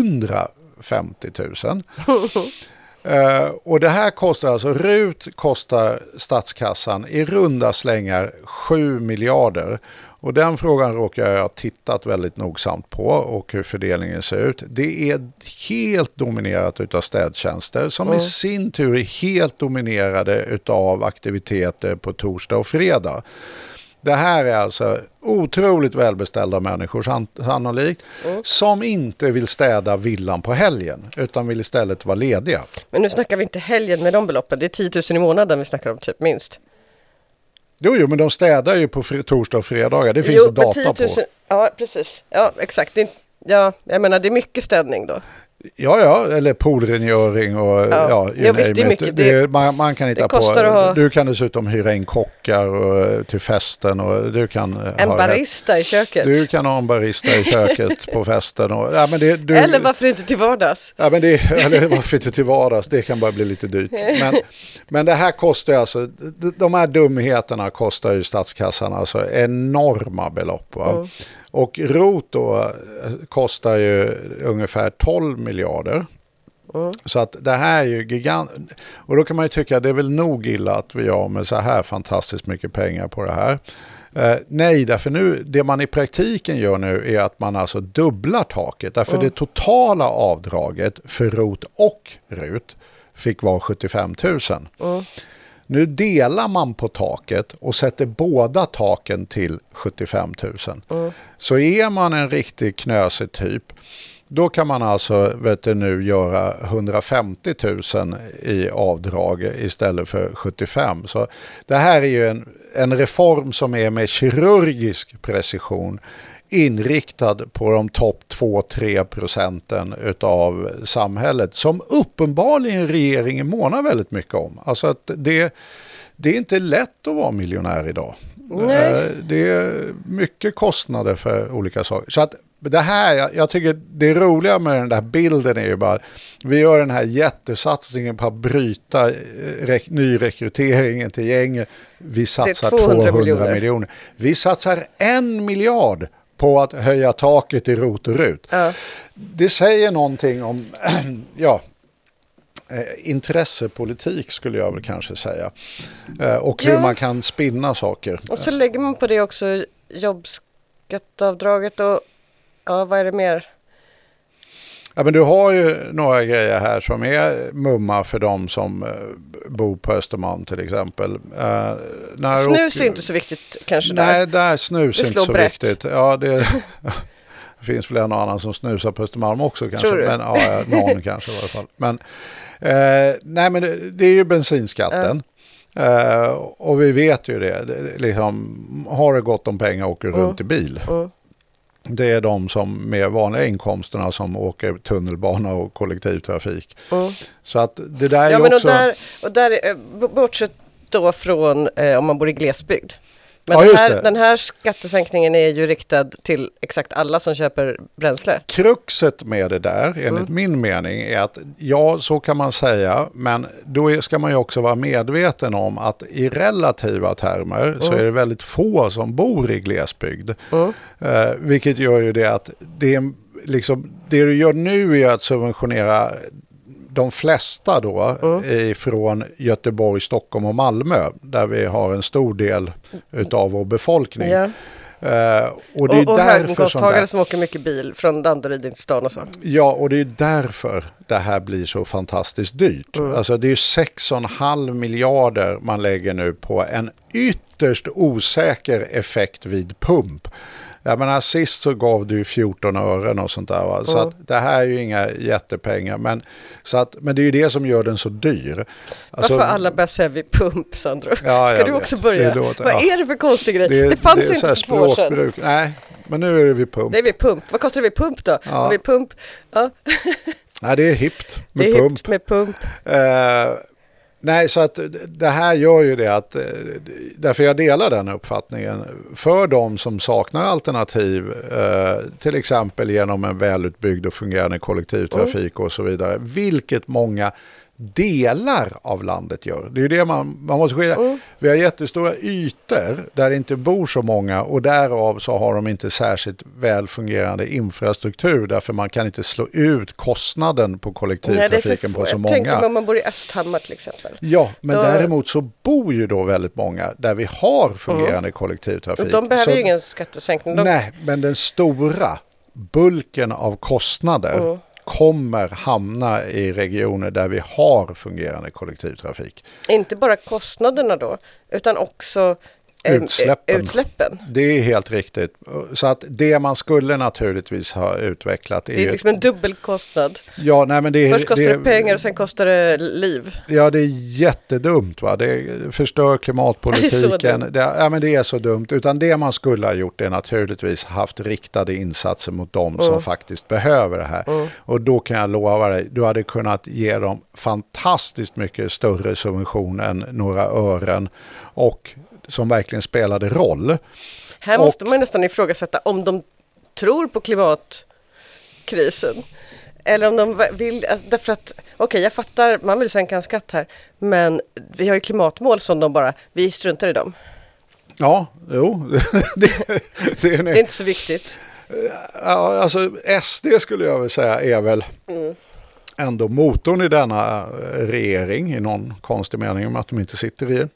150 000. Och det här kostar alltså, RUT kostar statskassan i runda slängar 7 miljarder. Och den frågan råkar jag ha tittat väldigt nogsamt på, och hur fördelningen ser ut. Det är helt dominerat utav städtjänster som i sin tur är helt dominerade utav aktiviteter på torsdag och fredag. Det här är alltså otroligt välbeställda människor sannolikt som inte vill städa villan på helgen utan vill istället vara lediga. Men nu snackar vi inte helgen med de beloppen. Det är 10 000 i månaden vi snackar om, typ minst. Jo, men de städar ju på torsdag och fredagar. Det finns data 10 000, på. Ja, precis. Ja, exakt. Jag menar, det är mycket städning då. Ja, eller poolrengöring och visst, det är mycket. Man kan hitta på. Du kan dessutom hyra in kockar till festen, och du kan en barista i köket. Du kan ha en barista i köket på festen och eller varför inte till vardags? Ja, men eller varför inte till vardags? Det kan bara bli lite dyrt. Men det här kostar alltså, de här dumheterna kostar ju statskassan alltså enorma belopp, va? Och ROT då kostar ju ungefär 12 miljarder. Så att det här är ju gigant. Och då kan man ju tycka att det är väl nog illa att vi har med så här fantastiskt mycket pengar på det här. Nej, därför nu, det man i praktiken gör nu är att man alltså dubblar taket. Därför det totala avdraget för ROT och RUT fick vara 75 000. Nu delar man på taket och sätter båda taken till 75 000. Så är man en riktig knösig typ, då kan man alltså nu göra 150 000 i avdrag istället för 75. Så det här är ju en reform som är med kirurgisk precision inriktad på de topp 2-3% utav samhället som uppenbarligen regeringen månar väldigt mycket om. Alltså att det är inte lätt att vara miljonär idag. Nej. Det är mycket kostnader för olika saker. Så att det här, jag tycker det roliga med den där bilden är ju bara, vi gör den här jättesatsningen på att bryta nyrekryteringen till gänget. Vi satsar 200 miljoner. Vi satsar 1 miljard på att höja taket i ROT och RUT. Det säger någonting om intressepolitik, skulle jag väl kanske säga. Och hur man kan spinna saker. Och så lägger man på det också jobbskatteavdraget och vad är det mer? Ja, men du har ju några grejer här som är mumma för de som bor på Östermalm till exempel. Snus är inte så viktigt kanske där. Nej, där snus är inte så viktigt. Ja, det finns väl en och annan som snusar på Östermalm också kanske. Tror du? Men någon kanske i alla fall. Men nej, men det är ju bensinskatten. Och vi vet ju det. Liksom, har det gott om pengar åker runt i bil. Det är de som med vanliga inkomsterna som åker tunnelbana och kollektivtrafik. Så att det där är ju men också... Och där bortsett då från om man bor i glesbygd. Men den här skattesänkningen är ju riktad till exakt alla som köper bränsle. Kruxet med det där, enligt min mening, är att så kan man säga, men då ska man ju också vara medveten om att i relativa termer så är det väldigt få som bor i glesbygd. Vilket gör ju det att det du gör nu är att subventionera de flesta då från Göteborg, Stockholm och Malmö, där vi har en stor del utav vår befolkning. Och det är höginkomsttagare som åker mycket bil från Danderyd till stan och så. Ja, och det är därför det här blir så fantastiskt dyrt. Alltså det är 6,5 miljarder man lägger nu på en ytterst osäker effekt vid pump. Jag menar, sist så gav du 14 ören och sånt där. Va? Så att det här är ju inga jättepengar. Men det är ju det som gör den så dyr. Alltså, varför alla börjar säga vid pump, Sandro? Ska du också börja? Vad är det för konstig grej? Det fanns inte för 2 år sedan. Nej, men nu är det vid pump. Det är vid pump. Vad kostar det vid pump då? Ja. Vid pump? Ja. Nej, det är hippt med det är pump. Hippt med pump. Nej, så att det här gör ju det att, därför jag delar den uppfattningen, för de som saknar alternativ, till exempel genom en välutbyggd och fungerande kollektivtrafik och så vidare, vilket många delar av landet gör. Det är ju det man måste skilja. Vi har jättestora ytor där det inte bor så många och därav så har de inte särskilt väl fungerande infrastruktur därför man kan inte slå ut kostnaden på kollektivtrafiken på så många. Tänk om man bor i Östhammar till exempel. Ja, men däremot så bor ju då väldigt många där vi har fungerande kollektivtrafik. Och de behöver ju ingen skattesänkning. Nej, men den stora bulken av kostnader kommer hamna i regioner där vi har fungerande kollektivtrafik. Inte bara kostnaderna då, utan också utsläppen. Det är helt riktigt. Så att det man skulle naturligtvis ha utvecklat det är liksom en dubbelkostnad. Ja, nej, men först kostar det pengar och sen kostar det liv. Ja, det är jättedumt. Va? Det förstör klimatpolitiken. Det är så dumt. Utan det man skulle ha gjort är naturligtvis haft riktade insatser mot dem som faktiskt behöver det här. Och då kan jag lova dig, du hade kunnat ge dem fantastiskt mycket större subvention än några ören och som verkligen spelade roll. Här måste man nästan ifrågasätta om de tror på klimatkrisen. Eller om de vill, därför att, jag fattar, man vill sänka en skatt här, men vi har ju klimatmål som vi struntar i dem. Ja, jo. det är inte så viktigt. Ja, alltså SD skulle jag väl säga är väl ändå motorn i denna regering i någon konstig mening om att de inte sitter i det.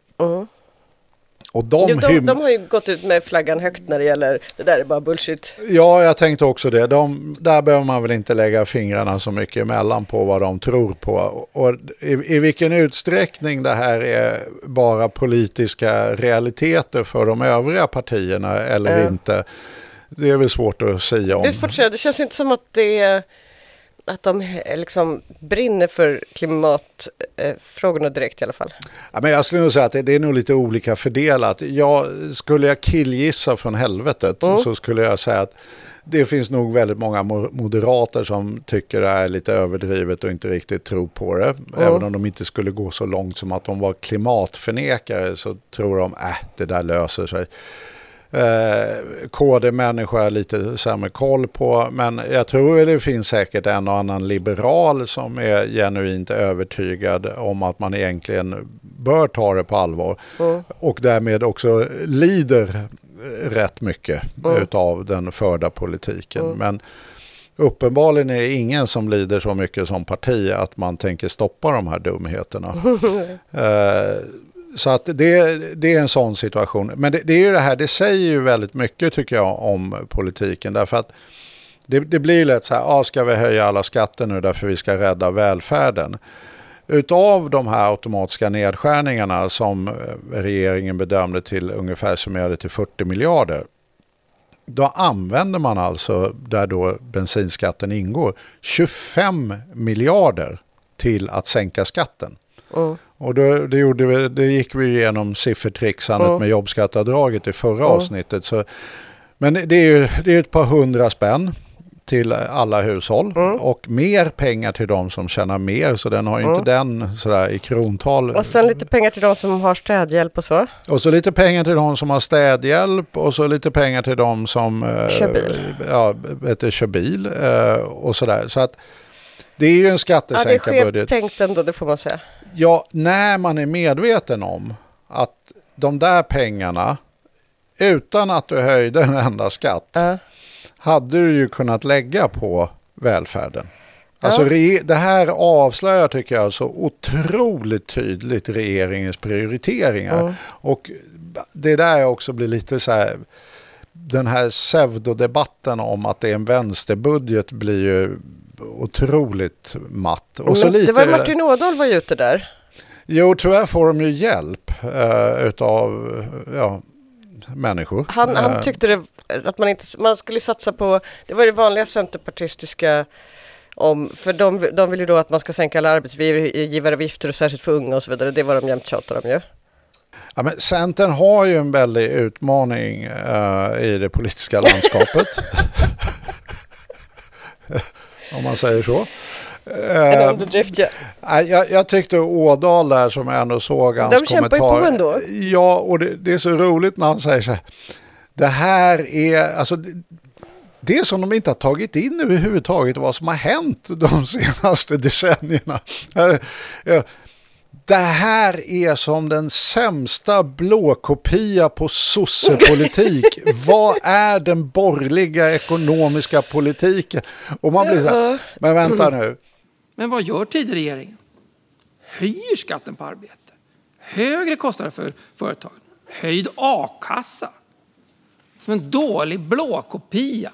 Och de har ju gått ut med flaggan högt när det gäller det där är bara bullshit. Ja, jag tänkte också det. Där behöver man väl inte lägga fingrarna så mycket emellan på vad de tror på. Och i vilken utsträckning det här är bara politiska realiteter för de övriga partierna eller inte, det är väl svårt att säga om. Det är svårt att säga. Det känns inte som att att de liksom brinner för klimatfrågorna direkt i alla fall. Ja, men jag skulle nog säga att det är nog lite olika fördelat. Skulle jag killgissa från helvetet så skulle jag säga att det finns nog väldigt många moderater som tycker det är lite överdrivet och inte riktigt tror på det. Även om de inte skulle gå så långt som att de var klimatförnekare så tror de det där löser sig. KD-människor är lite sämre koll på, men jag tror att det finns säkert en och annan liberal som är genuint övertygad om att man egentligen bör ta det på allvar och därmed också lider rätt mycket utav den förda politiken. Men uppenbarligen är det ingen som lider så mycket som parti att man tänker stoppa de här dumheterna. Så att det är en sån situation. Men det är ju det här, det säger ju väldigt mycket tycker jag om politiken. Därför att det blir lätt så här, ska vi höja alla skatter nu därför vi ska rädda välfärden. Utav de här automatiska nedskärningarna som regeringen bedömde till ungefär summerade till 40 miljarder. Då använder man alltså, där då bensinskatten ingår, 25 miljarder till att sänka skatten. Och det gick vi igenom siffertrixandet med jobbskatteavdraget i förra avsnittet. Så, men det är ett par 100 spänn till alla hushåll och mer pengar till de som tjänar mer, så den har ju inte den sådär i krontal. Och sen lite pengar till de som har städhjälp och så. Och så lite pengar till de som har städhjälp och så lite pengar till de som kör bil och sådär. Så att det är ju en skattesänka-budget. Ja, det är skevt tänkt ändå, det får man säga. Ja, när man är medveten om att de där pengarna, utan att du höjde en enda skatt, hade du ju kunnat lägga på välfärden. Alltså det här avslöjar tycker jag så otroligt tydligt regeringens prioriteringar. Och det där också blir lite så här, den här pseudodebatten om att det är en vänsterbudget blir ju otroligt matt. Och så lite, det var Martin Ådahl var ju ute där. Jo, tyvärr får de ju hjälp utav människor. Han tyckte att man skulle satsa på, det var det vanliga centerpartistiska för de vill ju då att man ska sänka alla arbetsgivaravgifter och särskilt för unga och så vidare. Det var de jämt tjatar om ju. Ja, men Centern har ju en väldig utmaning i det politiska landskapet. Om man säger så. En underdrift, ja. Jag tyckte Ådahl där som jag ändå såg hans De kämpar kommentar. ju på ändå. Ja, och det är så roligt när han säger så här. Det här är, alltså det är som de inte har tagit in överhuvudtaget vad som har hänt de senaste decennierna. Det här är som den sämsta blåkopia på sossepolitik. Vad är den borgerliga ekonomiska politiken? Och man blir så här, men vänta nu. Men vad gör tidregeringen? Höjer skatten på arbete. Högre kostnader för företagen. Höjd a-kassa. Som en dålig blåkopia,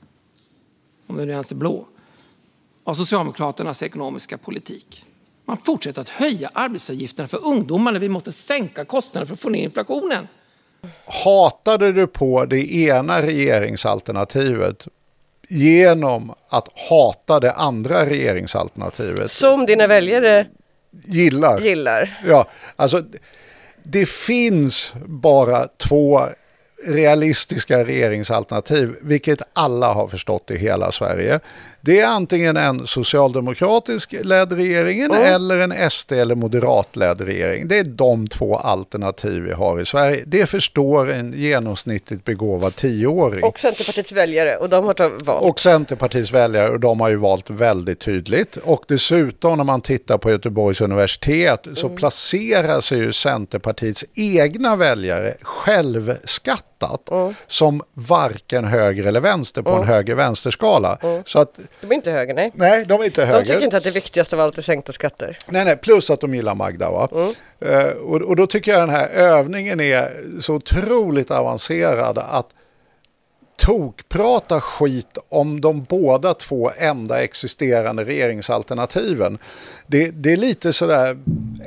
om det nu ens är blå, av Socialdemokraternas ekonomiska politik. Man fortsätter att höja arbetsavgifterna för ungdomar när vi måste sänka kostnaderna för att få ner inflationen. Hatade du på det ena regeringsalternativet genom att hata det andra regeringsalternativet? Som dina väljare gillar. Ja, alltså det finns bara 2 realistiska regeringsalternativ, vilket alla har förstått i hela Sverige. Det är antingen en socialdemokratisk ledd regering eller en SD eller moderatledd regering. Det är de 2 alternativ vi har i Sverige. Det förstår en genomsnittligt begåvad 10-åring. Och Centerpartiets väljare, och de har valt. Och Centerpartiets väljare, och de har ju valt väldigt tydligt. Och dessutom när man tittar på Göteborgs universitet så placerar sig ju Centerpartiets egna väljare självskattat som varken höger eller vänster på en höger-vänsterskala. Så att de är inte höger, nej. Nej, de är inte höger. De tycker inte att det viktigaste av allt är sänkta skatter. Nej, plus att de gillar Magda, va? Och då tycker jag den här övningen är så otroligt avancerad att tokprata skit om de båda 2 enda existerande regeringsalternativen. Det är lite sådär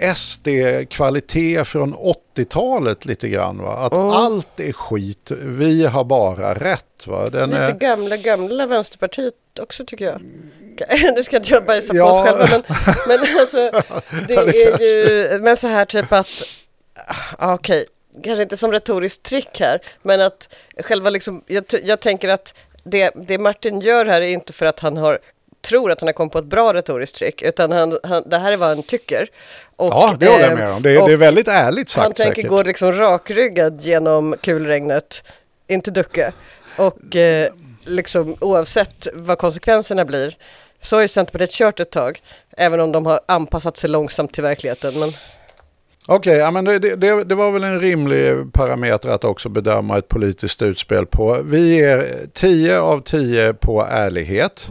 SD-kvalitet från 80-talet lite grann, va? Att allt är skit, vi har bara rätt, va? Lite gamla Vänsterpartiet också, tycker jag. Nu ska inte jag bajsa på oss själva, men alltså det är ju, men så här typ att okej, kanske inte som retoriskt trick här, men att själva liksom, jag tänker att det Martin gör här är inte för att han tror att han har kommit på ett bra retoriskt trick, utan det här är vad han tycker. Och, ja, det håller jag med om. Det är väldigt ärligt sagt. Han tänker gå liksom rakryggad genom kulregnet, inte ducka. Och liksom oavsett vad konsekvenserna blir, så har ju Centerpartiet kört ett tag, även om de har anpassat sig långsamt till verkligheten. Men Okej, ja, men det var väl en rimlig parameter att också bedöma ett politiskt utspel på. Vi är 10 av 10 på ärlighet.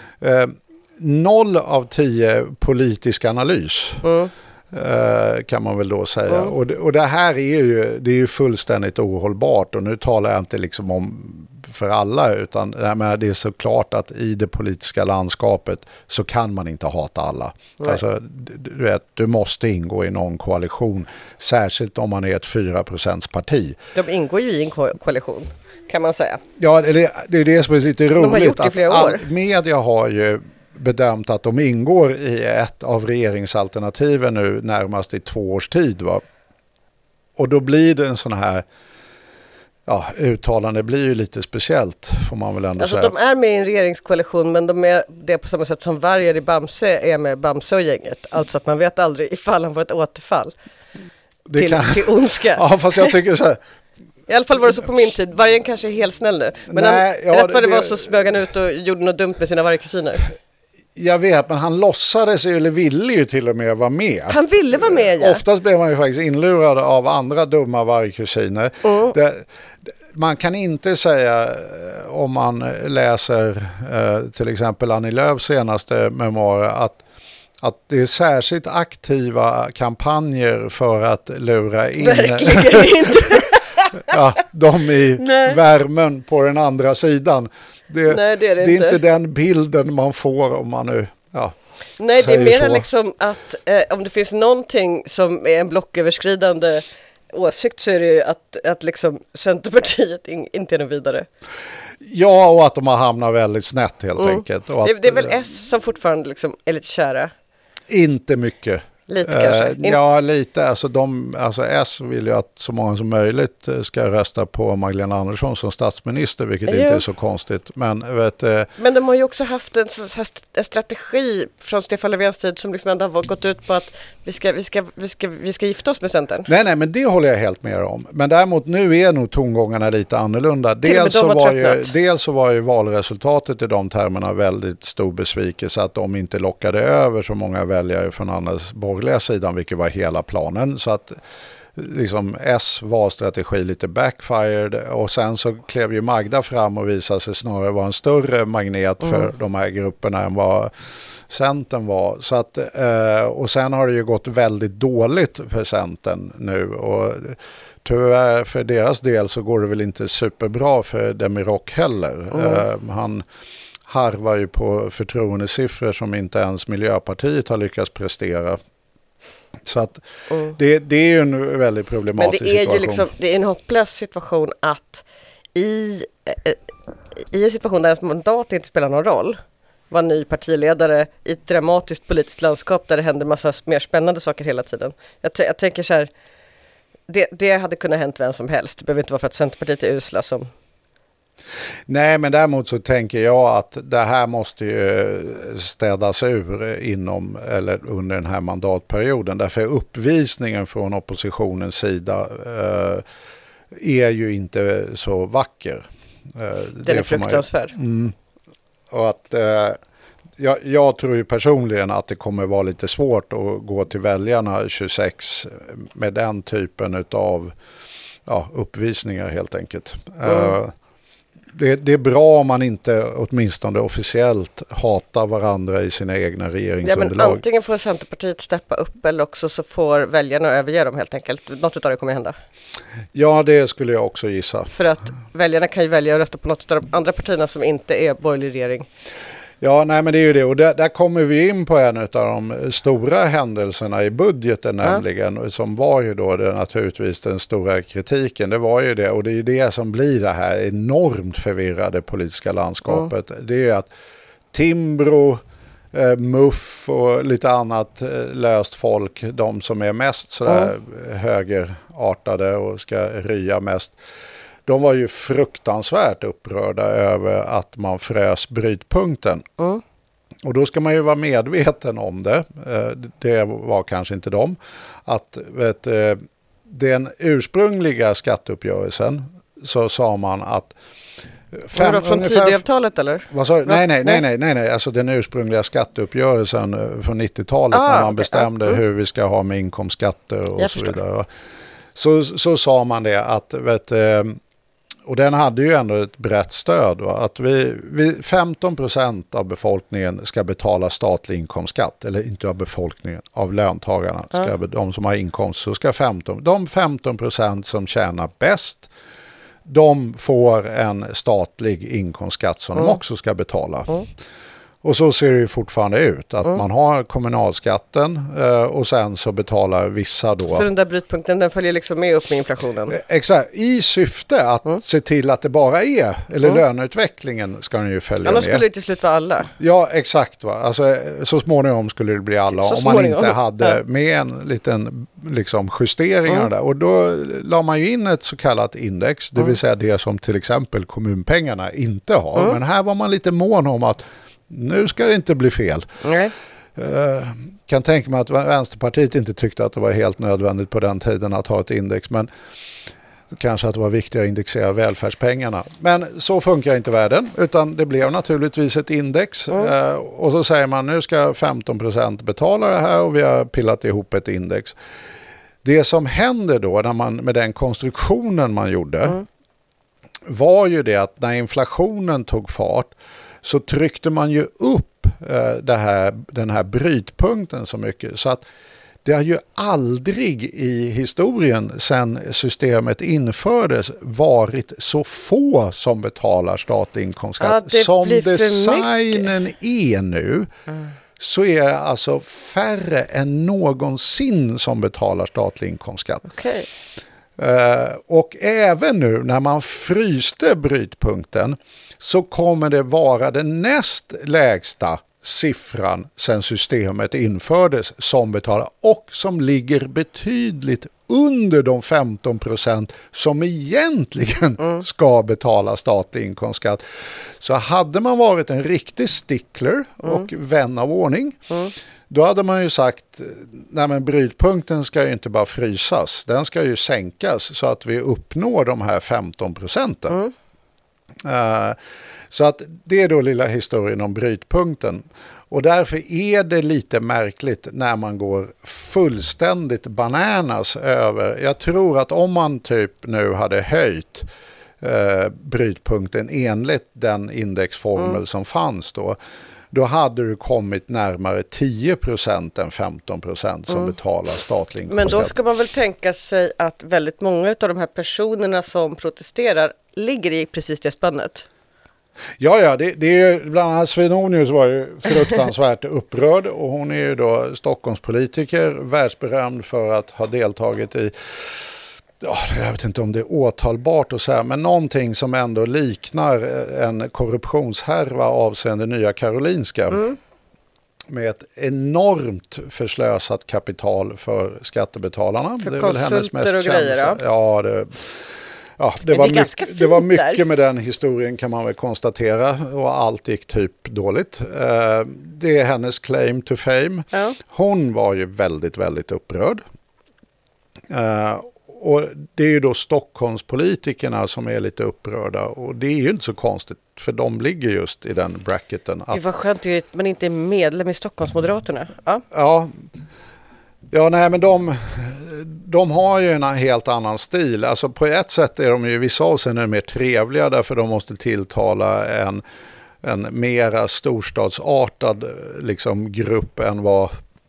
0 av 10 politisk analys. Kan man väl då säga. Och det här är ju fullständigt ohållbart, och nu talar jag inte liksom om för alla, utan det är så klart att i det politiska landskapet så kan man inte hata alla. Alltså, du måste ingå i någon koalition, särskilt om man är ett 4% parti. De ingår ju i en koalition, kan man säga. Ja, det är det som är lite roligt. De har gjort det i flera år. Media har ju bedömt att de ingår i ett av regeringsalternativen nu närmast i 2 års tid, va? Och då blir det en sån här uttalande blir ju lite speciellt, får man väl ändå säga. De är med i en regeringskoalition, men de är det på samma sätt som Vargar i Bamse är med Bamse och gänget. Alltså att man vet aldrig ifall han får ett återfall till ondska. Ja, fast jag tycker så här. I alla fall var det så på min tid. Vargen kanske är helt snäll nu. Men rätt vad det var så smög han ut och gjorde något dumt med sina vargkusiner. Jag vet, men han låtsades eller ville ju till och med vara med. Han ville vara med, ja. Oftast blev man ju faktiskt inlurad av andra dumma vargkusiner. Man kan inte säga, om man läser till exempel Annie Lööfs senaste memoarer, att det är särskilt aktiva kampanjer för att lura in de i värmen på den andra sidan. Det är inte den bilden man får om man nu Nej, det är mer liksom att om det finns någonting som är en blocköverskridande åsikt, så är det ju att liksom Centerpartiet inte är något vidare. Ja, och att de har hamnat väldigt snett helt enkelt. Och det är väl S som fortfarande liksom är lite kära. Inte mycket Lite kanske? Ja, lite. Alltså S vill ju att så många som möjligt ska rösta på Magdalena Andersson som statsminister, vilket inte är så konstigt. Men de har ju också haft en strategi från Stefan Löfvens tid som liksom ändå har gått ut på att vi ska gifta oss med Centern. Nej, men det håller jag helt med om. Men däremot nu är nog tongångarna lite annorlunda. Dels så var ju valresultatet i de termerna väldigt stor besvikelse att de inte lockade över så många väljare från andras borgerliga sidan, vilket var hela planen. Så att liksom valstrategi lite backfired, och sen så klev ju Magda fram och visade sig snarare vara en större magnet för de här grupperna än vad Centern var. Så att, och sen har det ju gått väldigt dåligt för Centern nu, och tyvärr för deras del så går det väl inte superbra för Demirok heller. Han harvar ju på förtroendesiffror som inte ens Miljöpartiet har lyckats prestera. Så att det är ju en väldigt problematisk situation. Men det är ju liksom, det är en hopplös situation att i en situation där ens mandat inte spelar någon roll, vara ny partiledare i ett dramatiskt politiskt landskap där det händer massa mer spännande saker hela tiden. Jag tänker så här, det hade kunnat hänt vem som helst. Det behöver inte vara för att Centerpartiet är usla som... Nej, men däremot så tänker jag att det här måste ju städas ur inom eller under den här mandatperioden. Därför uppvisningen från oppositionens sida är ju inte så vacker. Den är fruktansvärd. Och att jag tror ju personligen att det kommer vara lite svårt att gå till väljarna 26 med den typen av uppvisningar helt enkelt. Det är bra om man inte åtminstone officiellt hatar varandra i sina egna regeringsunderlag. Ja, men antingen får Centerpartiet steppa upp eller också så får väljarna överge dem helt enkelt. Något av det kommer hända. Ja, det skulle jag också gissa. För att väljarna kan ju välja att rösta på något av de andra partierna som inte är borgerlig regering. Ja, nej, men det är ju det. Och där kommer vi in på en av de stora händelserna i budgeten nämligen, som var ju då naturligtvis den stora kritiken. Det var ju det, och det är ju det som blir det här enormt förvirrade politiska landskapet. Det är att Timbro, MUF och lite annat löst folk, de som är mest sådär högerartade och ska rya mest, de var ju fruktansvärt upprörda över att man frös brytpunkten. Och då ska man ju vara medveten om det. Det var kanske inte de. Att den ursprungliga skatteuppgörelsen så sa man att... Från Tidöavtalet eller? Vad sa du? Nej. Alltså den ursprungliga skatteuppgörelsen från 90-talet när man bestämde hur vi ska ha med inkomstskatter och så vidare. Så sa man det att... Och den hade ju ändå ett brett stöd. Att 15% av befolkningen ska betala statlig inkomstskatt. Eller inte av befolkningen, av löntagarna. De som har inkomst så ska 15%. De 15% som tjänar bäst, de får en statlig inkomstskatt som de också ska betala. Och så ser det ju fortfarande ut. Att man har kommunalskatten och sen så betalar vissa då. Så den där brytpunkten, den följer liksom med upp med inflationen? Exakt. I syfte att se till att det bara är, eller löneutvecklingen ska den ju följa Annars med. skulle det till slut vara alla. Ja, exakt. Va? Alltså, så småningom skulle det bli alla. Om man inte hade med en liten liksom, justering där. Och då la man ju in ett så kallat index. Det vill säga det som till exempel kommunpengarna inte har. Men här var man lite mån om att nu ska det inte bli fel. Kan tänka mig att Vänsterpartiet inte tyckte att det var helt nödvändigt på den tiden att ha ett index, men kanske att det var viktigt att indexera välfärdspengarna. Men så funkar inte världen, utan det blev naturligtvis ett index. Och så säger man nu ska 15% betala det här och vi har pillat ihop ett index. Det som händer då när man med den konstruktionen man gjorde var ju det att när inflationen tog fart så tryckte man ju upp den här brytpunkten så mycket så att det har ju aldrig i historien sedan systemet infördes varit så få som betalar statlig inkomstskatt. Som designen är nu så är det alltså färre än någonsin som betalar statlig inkomstskatt. Okay. Och även nu när man fryste brytpunkten så kommer det vara den näst lägsta siffran sen systemet infördes som betalar och som ligger betydligt under de 15% som egentligen ska betala statlig inkomstskatt. Så hade man varit en riktig stickler och vän av ordning, då hade man ju sagt, nej men brytpunkten ska ju inte bara frysas, den ska ju sänkas så att vi uppnår de här 15%. Så att det är då lilla historien om brytpunkten. Och därför är det lite märkligt när man går fullständigt bananas över. Jag tror att om man typ nu hade höjt brytpunkten enligt den indexformel som fanns då hade du kommit närmare 10% än 15% som betalar statlig inkomstskatt. Men då ska man väl tänka sig att väldigt många av de här personerna som protesterar ligger i precis det spannet. Ja, det är ju bland annat Svenonius var ju fruktansvärt upprörd och hon är ju då Stockholmspolitiker, världsberömd för att ha deltagit i, jag vet inte om det är åtalbart och så här, men någonting som ändå liknar en korruptionshärva avseende Nya Karolinska. Med ett enormt förslösat kapital för skattebetalarna. För det är väl hennes mest och grejer, kända. Det var mycket med den historien kan man väl konstatera och allt gick typ dåligt. Det är hennes claim to fame. Ja. Hon var ju väldigt, väldigt upprörd. Och det är ju då Stockholmspolitikerna som är lite upprörda och det är ju inte så konstigt för de ligger just i den bracketen. Det var skönt att man inte är medlem i Stockholmsmoderaterna. Ja, nej men de har ju en helt annan stil. Alltså på ett sätt är de ju i vissa avseenden mer trevliga därför de måste tilltala en mera storstadsartad liksom, grupp än vad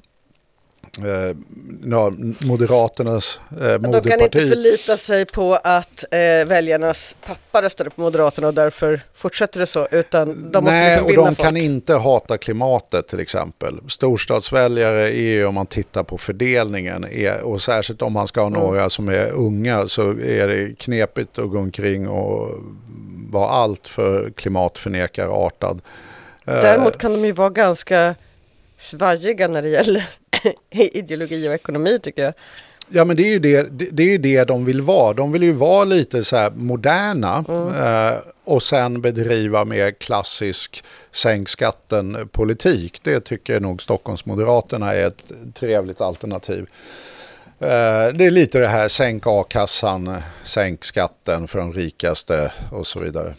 Moderaternas moderparti. De kan inte förlita sig på att väljarnas pappa röstade på Moderaterna och därför fortsätter det så, utan de måste liksom vinna folk. De kan inte hata klimatet till exempel. Storstadsväljare är ju, om man tittar på fördelningen, och särskilt om man ska ha några som är unga så är det knepigt att gå omkring och vara allt för klimatförnekarartad. Däremot kan de ju vara ganska svajiga när det gäller ideologi och ekonomi tycker jag. Ja men det är ju det de vill vara. De vill ju vara lite så här moderna och sen bedriva mer klassisk sänk skatten politik. Det tycker jag nog Stockholmsmoderaterna är ett trevligt alternativ. Det är lite det här sänk a-kassan, sänk skatten för de rikaste och så vidare.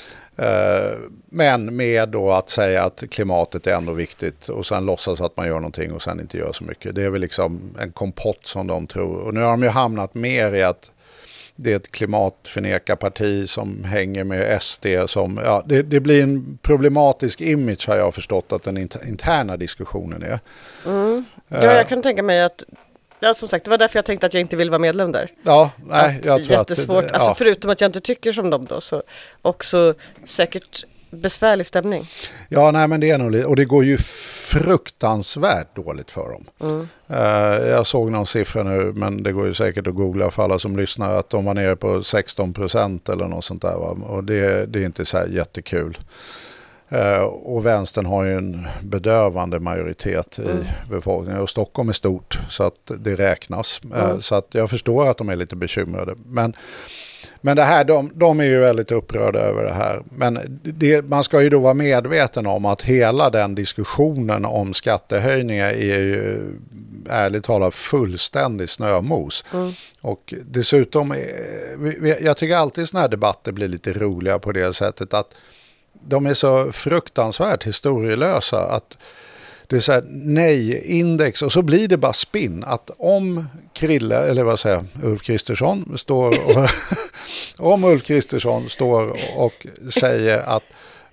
Men med då att säga att klimatet är ändå viktigt och sen låtsas att man gör någonting och sen inte gör så mycket. Det är väl liksom en kompott som de tror. Och nu har de ju hamnat mer i att det är ett klimatförnekarparti som hänger med SD. Det blir en problematisk image har jag förstått att den interna diskussionen är. Ja, jag kan tänka mig att som sagt, det var därför jag tänkte att jag inte vill vara medlem där. Ja, nej, jag tror jättesvårt. att... Alltså förutom att jag inte tycker som dem då, så också säkert besvärlig stämning. Ja, nej men det är nog lite, och det går ju fruktansvärt dåligt för dem. Jag såg någon siffra nu, men det går ju säkert att googla för alla som lyssnar, att de var nere på 16% eller något sånt där. Va? Och det är inte så här jättekul. Och vänstern har ju en bedövande majoritet i befolkningen och Stockholm är stort så att det räknas. Så att jag förstår att de är lite bekymrade. Men det här, de är ju väldigt upprörda över det här. Men man ska ju då vara medveten om att hela den diskussionen om skattehöjningar är ju ärligt talat fullständig snömos. Och dessutom, jag tycker alltid såna här debatter blir lite roliga på det sättet att de är så fruktansvärt historielösa att det är så här nej-index och så blir det bara spinn att om Ulf Kristersson står och om Ulf Kristersson står och säger att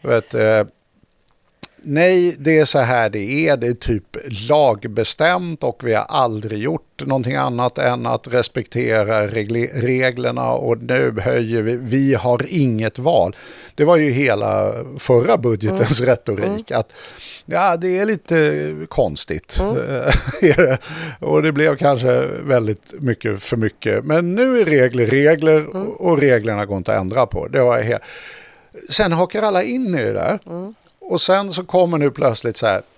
nej, det är så här det är typ lagbestämt och vi har aldrig gjort någonting annat än att respektera reglerna och nu höjer vi har inget val. Det var ju hela förra budgetens retorik att ja, det är lite konstigt. Och det blev kanske väldigt mycket för mycket. Men nu är regler och reglerna går inte att ändra på. Det var sen hakar alla in i det där. Och sen så kommer nu plötsligt så här,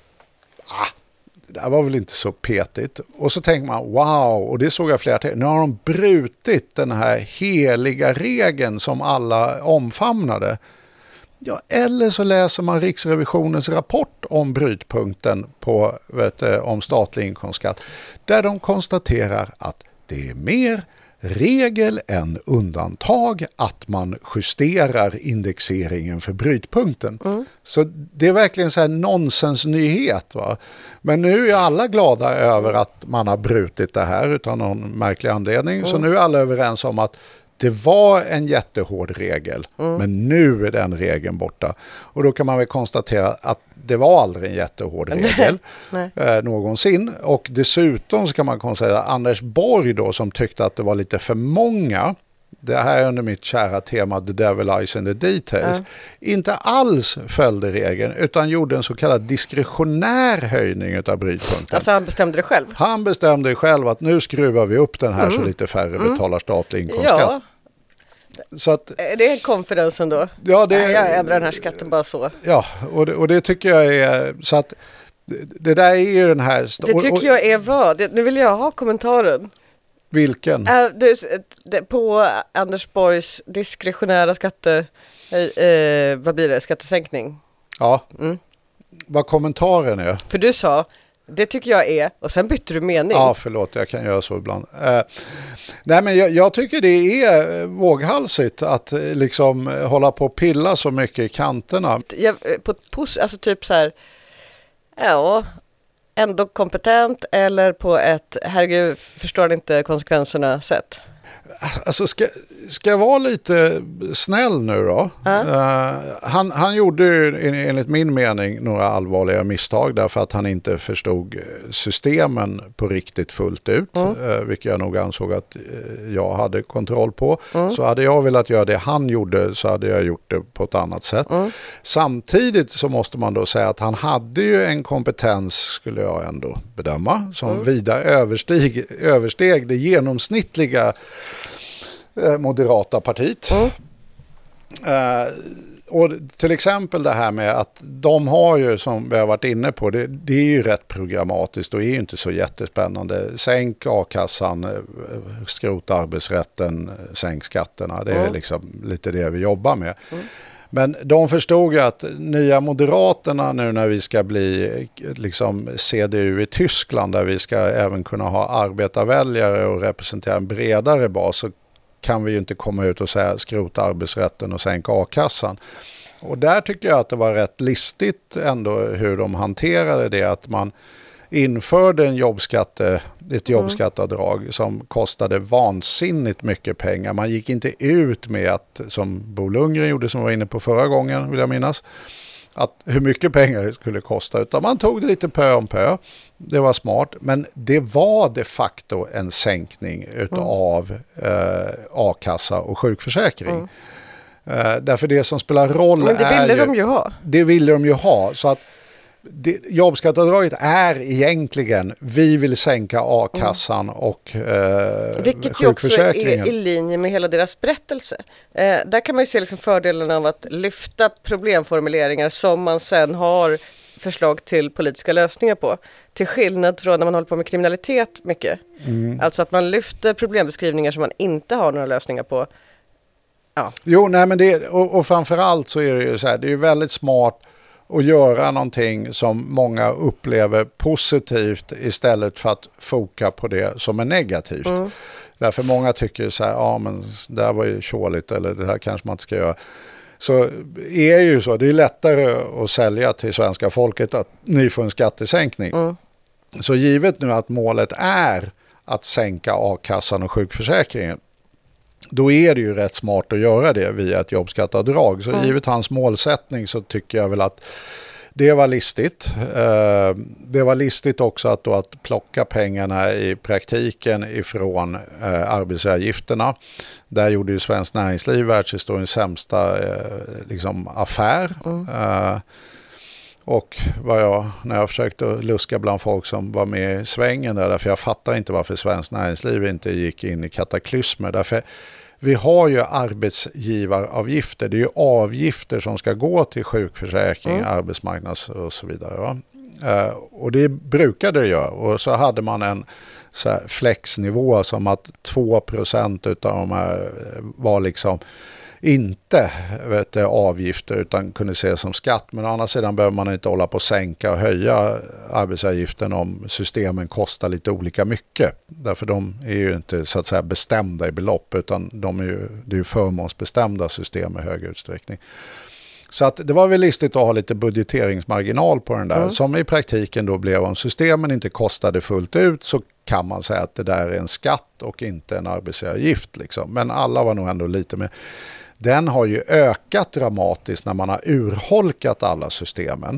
det där var väl inte så petigt. Och så tänker man, wow, och det såg jag flera till. Nu har de brutit den här heliga regeln som alla omfamnade. Ja, eller så läser man Riksrevisionens rapport om brytpunkten på, om statlig inkomstskatt. Där de konstaterar att det är mer regel än undantag att man justerar indexeringen för brytpunkten. Så det är verkligen så här nonsensnyhet. Va? Men nu är alla glada över att man har brutit det här utan någon märklig anledning. Så nu är alla överens om att det var en jättehård regel, men nu är den regeln borta. Och då kan man väl konstatera att det var aldrig en jättehård regel någonsin. Och dessutom så kan man konstatera att Anders Borg då, som tyckte att det var lite för många, det här är under mitt kära tema The Devil Lies in the Details, inte alls följde regeln utan gjorde en så kallad diskretionär höjning av brytpunkten. Alltså han bestämde det själv? Han bestämde själv att nu skruvar vi upp den här så lite färre betalar statlig inkomstskatt. Ja. Så att, det är konfidensen då? Ja, jag ändrar den här skatten bara så. Ja, och det tycker jag är så att det där är ju den här... Det tycker jag är vad? Nu vill jag ha kommentaren. Vilken? På Anders Borgs diskretionära vad blir det? Skattesänkning? Ja, vad kommentaren är. För du sa, det tycker jag är, och sen bytte du mening. Ja, förlåt, jag kan göra så ibland. Nej, men jag tycker det är våghalsigt att liksom hålla på och pilla så mycket i kanterna. Alltså typ så här, ja, ändå kompetent eller på ett, herregud, förstår inte konsekvenserna sätt? Alltså ska jag vara lite snäll nu då? Han gjorde enligt min mening några allvarliga misstag därför att han inte förstod systemen på riktigt fullt ut, vilket jag nog ansåg att jag hade kontroll på. Så hade jag velat göra det han gjorde så hade jag gjort det på ett annat sätt. Samtidigt så måste man då säga att han hade ju en kompetens, skulle jag ändå bedöma, som vida översteg det genomsnittliga moderata partiet. Och till exempel det här med att de har ju, som vi har varit inne på, det är ju rätt programmatiskt och är ju inte så jättespännande. Sänk a-kassan, skrota arbetsrätten, sänk skatterna. Det är liksom lite det vi jobbar med. Men de förstod ju att nya Moderaterna nu när vi ska bli liksom CDU i Tyskland, där vi ska även kunna ha arbetarväljare och representera en bredare bas, så kan vi ju inte komma ut och säga skrota arbetsrätten och sänka a-kassan. Och där tycker jag att det var rätt listigt ändå hur de hanterade det, att man införde ett jobbskatteavdrag som kostade vansinnigt mycket pengar. Man gick inte ut med att, som Bo Lundgren gjorde som var inne på förra gången, vill jag minnas, att hur mycket pengar det skulle kosta, utan man tog det lite pö om pö. Det var smart, men det var de facto en sänkning av a-kassa och sjukförsäkring. Därför det som spelar roll men det ville de ju ha. Det ville de ju ha, så att jobbskatteavdraget är egentligen, vi vill sänka a-kassan och vilket ju också sjukförsäkringen. är i linje med hela deras berättelse. Där kan man ju se liksom fördelen av att lyfta problemformuleringar som man sen har förslag till politiska lösningar på. Till skillnad från när man håller på med kriminalitet mycket. Alltså att man lyfter problembeskrivningar som man inte har några lösningar på. Ja. Jo, nej men och framförallt så är det ju så här, det är ju väldigt smart att göra någonting som många upplever positivt istället för att foka på det som är negativt. Därför många tycker så här, ja men det här var ju tjåligt eller det här kanske man inte ska göra. Så är ju så, det är lättare att sälja till svenska folket att ni får en skattesänkning. Så givet nu att målet är att sänka a-kassan och sjukförsäkringen, då är det ju rätt smart att göra det via ett jobbskatteavdrag. Så givet hans målsättning så tycker jag väl att det var listigt. Det var listigt också att plocka pengarna i praktiken ifrån arbetsgivaravgifterna. Där gjorde ju Svenskt Näringsliv världshistoriens sämsta affär. Och när jag försökte luska bland folk som var med i svängen där, därför jag fattar inte varför Svenskt Näringsliv inte gick in i kataklysmer. Därför vi har ju arbetsgivaravgifter. Det är ju avgifter som ska gå till sjukförsäkring, arbetsmarknads och så vidare. Va? Och det brukade det göra. Och så hade man en så här flexnivå som att 2% utav de här var liksom inte avgifter utan kunde ses som skatt. Men å andra sidan behöver man inte hålla på att sänka och höja arbetsavgiften om systemen kostar lite olika mycket. Därför de är ju inte så att säga bestämda i belopp utan det är ju förmånsbestämda system i hög utsträckning. Så att det var väl listigt att ha lite budgeteringsmarginal på den där som i praktiken då blev om systemen inte kostade fullt ut så kan man säga att det där är en skatt och inte en arbetsgivaravgift liksom. Men alla var nog ändå lite med. Den har ju ökat dramatiskt när man har urholkat alla systemen.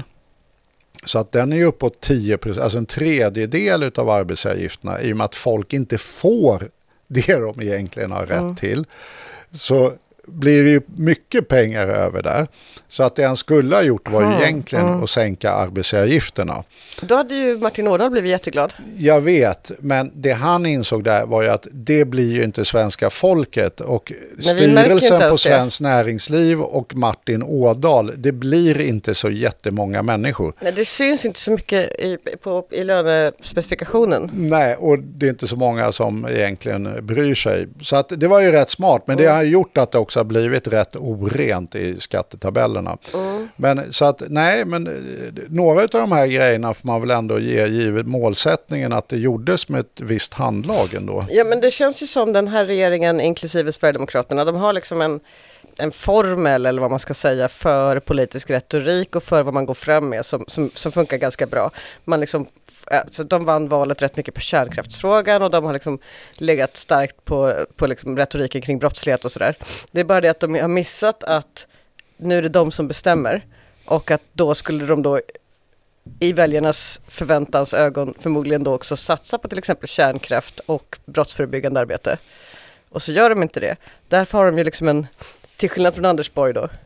Så att den är ju uppåt 10%, alltså en tredjedel av arbetsgivaravgifterna i och med att folk inte får det de egentligen har rätt till. Så blir det ju mycket pengar över där. Så att det han skulle ha gjort var ju egentligen att sänka arbetsgivaravgifterna. Då hade ju Martin Ådahl blivit jätteglad. Jag vet, men det han insåg där var ju att det blir ju inte svenska folket och styrelsen på Svenskt Näringsliv och Martin Ådahl, det blir inte så jättemånga människor. Nej, det syns inte så mycket i lönespecifikationen. Nej, och det är inte så många som egentligen bryr sig. Så att det var ju rätt smart, men det har gjort att det också har blivit rätt orent i skattetabellerna. Men så att nej, men några av de här grejerna får man väl ändå ge givet målsättningen att det gjordes med ett visst handlag ändå. Ja, men det känns ju som den här regeringen inklusive Sverigedemokraterna, de har liksom en formel eller vad man ska säga för politisk retorik och för vad man går fram med som funkar ganska bra. Man liksom, så de vann valet rätt mycket på kärnkraftsfrågan och de har liksom legat starkt på liksom retoriken kring brottslighet och sådär. Det är bara det att de har missat att nu är det de som bestämmer och att då skulle de då i väljarnas förväntans ögon förmodligen då också satsa på till exempel kärnkraft och brottsförebyggande arbete. Och så gör de inte det. Därför har de ju liksom till skillnad från Anders Borg då,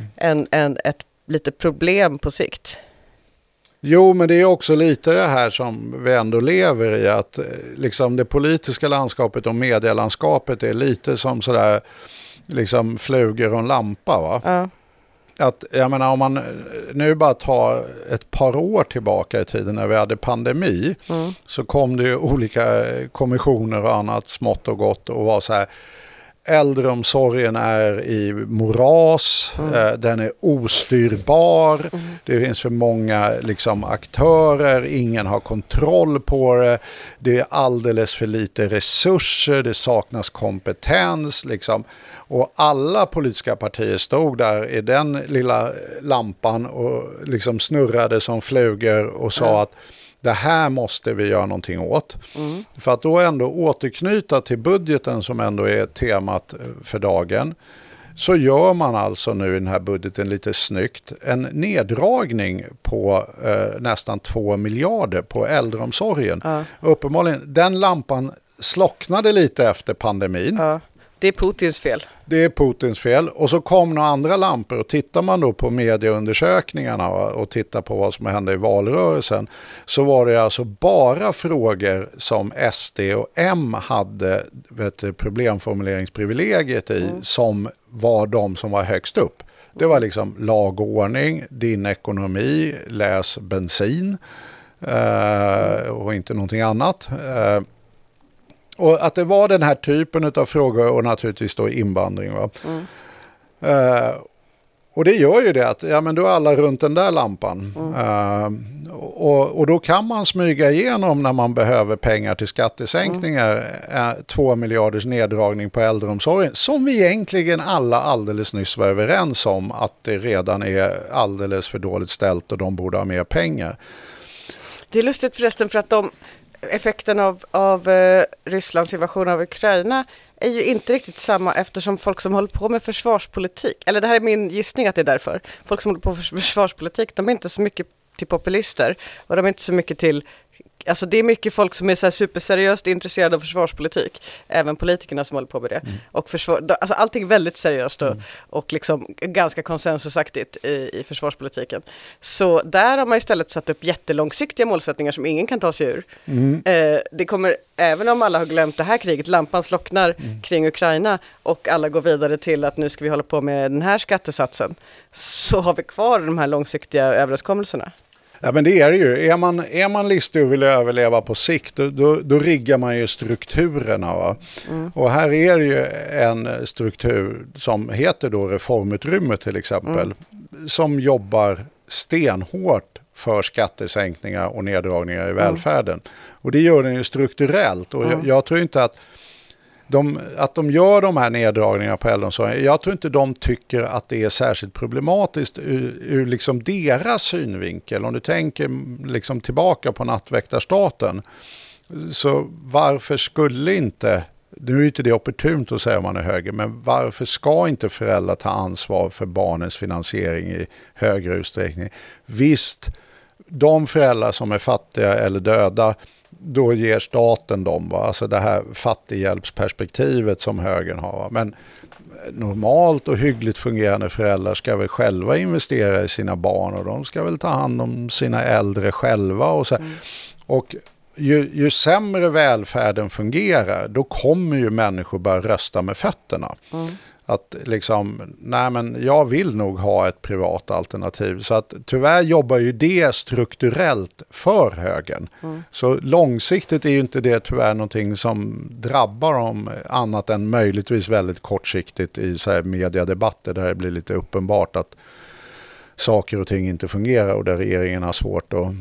ett lite problem på sikt. Jo, men det är också lite det här som vi ändå lever i, att liksom det politiska landskapet och medielandskapet är lite som sådär liksom flugor och en lampa, va? Ja. Att, jag menar, om man nu bara tar ett par år tillbaka i tiden när vi hade pandemi så kom det ju olika kommissioner och annat smått och gott och var så här: äldreomsorgen är i moras, den är ostyrbar, det finns för många liksom aktörer, ingen har kontroll på det, det är alldeles för lite resurser, det saknas kompetens liksom. Och alla politiska partier stod där i den lilla lampan och liksom snurrade som flugor och sa att det här måste vi göra någonting åt. För att då ändå återknyta till budgeten som ändå är temat för dagen, så gör man alltså nu i den här budgeten lite snyggt en neddragning på nästan 2 miljarder på äldreomsorgen. Uppenbarligen, den lampan slocknade lite efter pandemin. Det är Putins fel. Det är Putins fel. Och så kom några andra lampor och tittar man då på medieundersökningarna och tittar på vad som hände i valrörelsen, så var det alltså bara frågor som SD och M hade problemformuleringsprivilegiet i som var de som var högst upp. Det var liksom lag och ordning, din ekonomi, läs bensin och inte någonting annat. Och att det var den här typen av frågor och naturligtvis då invandring. Va? Och det gör ju det att men då är alla runt den där lampan. Och då kan man smyga igenom när man behöver pengar till skattesänkningar 2 miljarders neddragning på äldreomsorgen, som vi egentligen alla alldeles nyss var överens om att det redan är alldeles för dåligt ställt och de borde ha mer pengar. Det är lustigt förresten för att effekten av Rysslands invasion av Ukraina är ju inte riktigt samma, eftersom folk som håller på med försvarspolitik, eller det här är min gissning att det är därför, folk som håller på med försvarspolitik, de är inte så mycket till populister och de är inte så mycket till alltså det är mycket folk som är så här superseriöst intresserade av försvarspolitik. Även politikerna som håller på med det. Och alltså allting är väldigt seriöst och liksom ganska konsensusaktigt i försvarspolitiken. Så där har man istället satt upp jättelångsiktiga målsättningar som ingen kan ta sig ur. Det kommer, även om alla har glömt det här kriget, lampan slocknar kring Ukraina och alla går vidare till att nu ska vi hålla på med den här skattesatsen, så har vi kvar de här långsiktiga överenskommelserna. Ja, men det är det ju. Är man listig och vill överleva på sikt, då riggar man ju strukturerna. Va? Och här är det ju en struktur som heter då reformutrymme till exempel, som jobbar stenhårt för skattesänkningar och neddragningar i välfärden. Och det gör den ju strukturellt. Och jag tror inte att de gör de här neddragningarna på äldreomsorgen, jag tror inte de tycker att det är särskilt problematiskt ur liksom deras synvinkel. Om du tänker liksom tillbaka på nattväktarstaten, så varför skulle inte, nu är ju inte det opportunt att säga om man är höger, men varför ska inte föräldrar ta ansvar för barnens finansiering i högre utsträckning? Visst, de föräldrar som är fattiga eller döda, då ger staten dem, va? Alltså det här fattighjälpsperspektivet som högern har. Va? Men normalt och hyggligt fungerande föräldrar ska väl själva investera i sina barn, och de ska väl ta hand om sina äldre själva. Och, så. Och ju sämre välfärden fungerar, då kommer ju människor börja rösta med fötterna. Att liksom, nej men jag vill nog ha ett privat alternativ. Så att tyvärr jobbar ju det strukturellt för högern. Så långsiktigt är ju inte det tyvärr någonting som drabbar dem annat än möjligtvis väldigt kortsiktigt i så här mediedebatter där det blir lite uppenbart att saker och ting inte fungerar och där regeringen har svårt att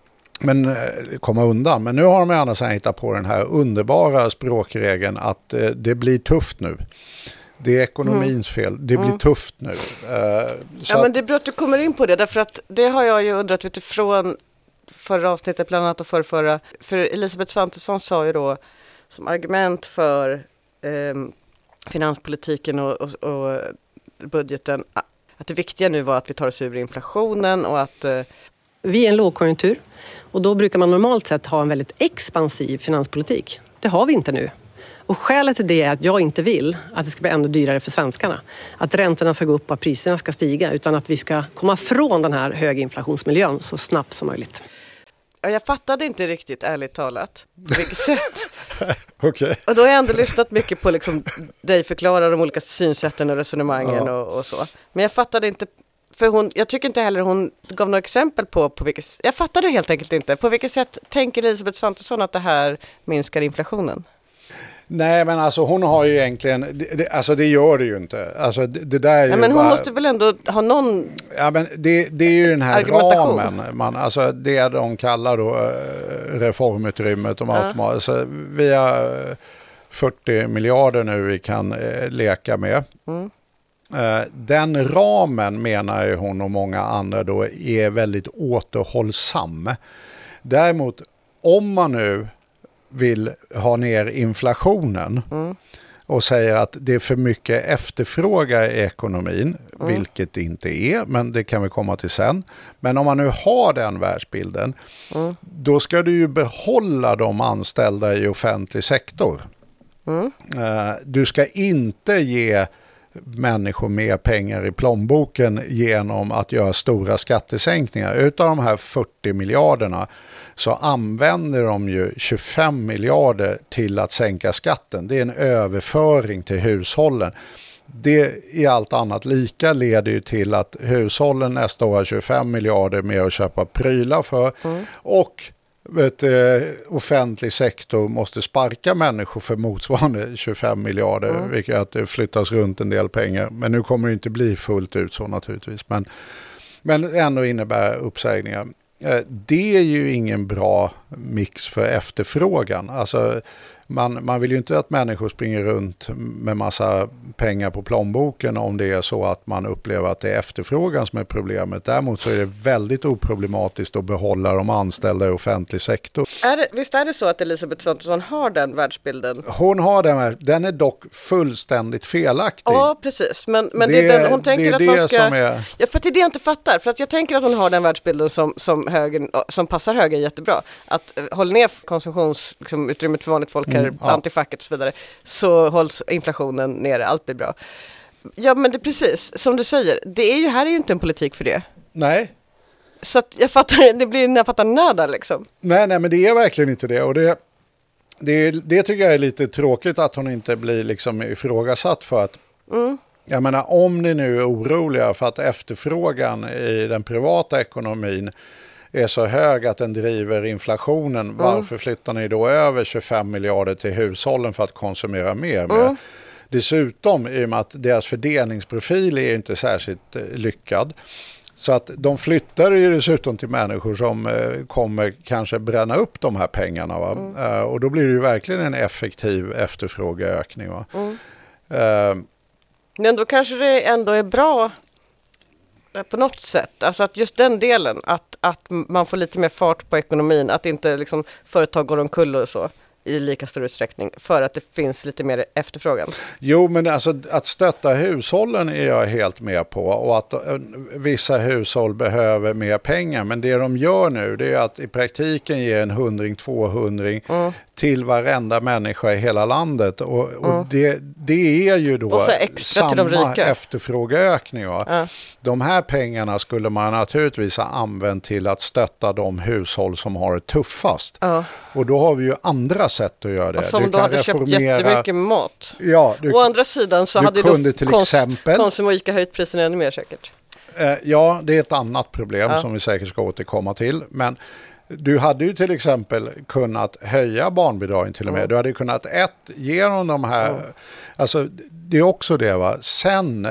komma undan. Men nu har de gärna hittat på den här underbara språkregeln att det blir tufft nu. Det är ekonomins fel. Det blir tufft nu. Men det är bra att du kommer in på det, därför att det har jag ju undrat utifrån förra avsnittet bland annat och förrförra. För Elisabeth Svantesson sa ju då som argument för finanspolitiken och budgeten att det viktiga nu var att vi tar oss ur inflationen och att vi är en lågkonjunktur och då brukar man normalt sett ha en väldigt expansiv finanspolitik. Det har vi inte nu. Och skälet till det är att jag inte vill att det ska bli ännu dyrare för svenskarna. Att räntorna ska gå upp och att priserna ska stiga, utan att vi ska komma från den här höginflationsmiljön så snabbt som möjligt. Jag fattade inte riktigt, ärligt talat, på vilket sätt. Okay. Och då har jag ändå lyssnat mycket på liksom dig förklara de olika synsätten och resonemangen och så. Men jag fattade inte, för jag tycker inte heller hon gav några exempel på vilket, jag fattade helt enkelt inte. På vilket sätt tänker Elisabeth Svantesson att det här minskar inflationen? Nej, men alltså hon har ju egentligen, alltså det gör det ju inte. Alltså det där är ju men hon måste väl ändå ha någon. Ja, men det är ju den här ramen, alltså det de kallar då reformutrymmet om alltså, vi har 40 miljarder nu vi kan leka med. Den ramen menar ju hon och många andra då är väldigt återhållsam. Däremot om man nu vill ha ner inflationen och säger att det är för mycket efterfrågan i ekonomin, vilket det inte är, men det kan vi komma till sen. Men om man nu har den världsbilden, då ska du ju behålla de anställda i offentlig sektor. Du ska inte ge människor mer pengar i plånboken genom att göra stora skattesänkningar. Utav de här 40 miljarderna så använder de ju 25 miljarder till att sänka skatten. Det är en överföring till hushållen. Det i allt annat lika leder ju till att hushållen nästa år har 25 miljarder mer att köpa prylar för och offentlig sektor måste sparka människor för motsvarande 25 miljarder, vilket att det flyttas runt en del pengar. Men nu kommer det inte bli fullt ut så naturligtvis. Men ändå innebär uppsägningar. Det är ju ingen bra mix för efterfrågan. Alltså Man vill ju inte att människor springer runt med massa pengar på plånboken om det är så att man upplever att det är efterfrågan som är problemet. Däremot så är det väldigt oproblematiskt att behålla de anställda i offentlig sektor. Visst är det så att Elisabeth Svantesson har den världsbilden? Hon har den är dock fullständigt felaktig. Ja, precis. Men hon tänker att man ska... Ja, för det är det jag inte fattar. För att jag tänker att hon har den världsbilden som passar högern jättebra. Att hålla ner konsumtionsutrymmet för vanligt folk här, antifacket och så vidare, så hålls inflationen nere, allt blir bra. Ja, men det är precis som du säger. Här är ju inte en politik för det. Nej. Så att jag fattar nada liksom. Nej, men det är verkligen inte det. Och det tycker jag är lite tråkigt att hon inte blir liksom ifrågasatt för att jag menar, om ni nu är oroliga för att efterfrågan i den privata ekonomin är så hög att den driver inflationen, varför flyttar ni då över 25 miljarder till hushållen för att konsumera mer? Dessutom, i och med att deras fördelningsprofil är inte särskilt lyckad, så att de flyttar ju dessutom till människor som kommer kanske bränna upp de här pengarna. Va? Och då blir det ju verkligen en effektiv efterfrågeökning. Va? Men då kanske det ändå är bra på något sätt. Alltså att just den delen, att man får lite mer fart på ekonomin, att inte liksom företag går omkull och så i lika stor utsträckning för att det finns lite mer efterfrågan. Jo, men alltså att stötta hushållen är jag helt med på, och att vissa hushåll behöver mer pengar, men det de gör nu, det är att i praktiken ge en 100-200 till varenda människa i hela landet, och det är ju då samma efterfrågeökning. De här pengarna skulle man naturligtvis ha använt till att stötta de hushåll som har det tuffast. Och då har vi ju andra sätt att göra det. Som då hade köpt jättemycket mat. Ja, å andra sidan så hade Konsum och ICA höjt priserna ännu mer säkert. Ja, det är ett annat problem som vi säkert ska återkomma till. Men du hade ju till exempel kunnat höja barnbidragen till och med. Du hade kunnat genom de här... Alltså, det är också det, va? Sen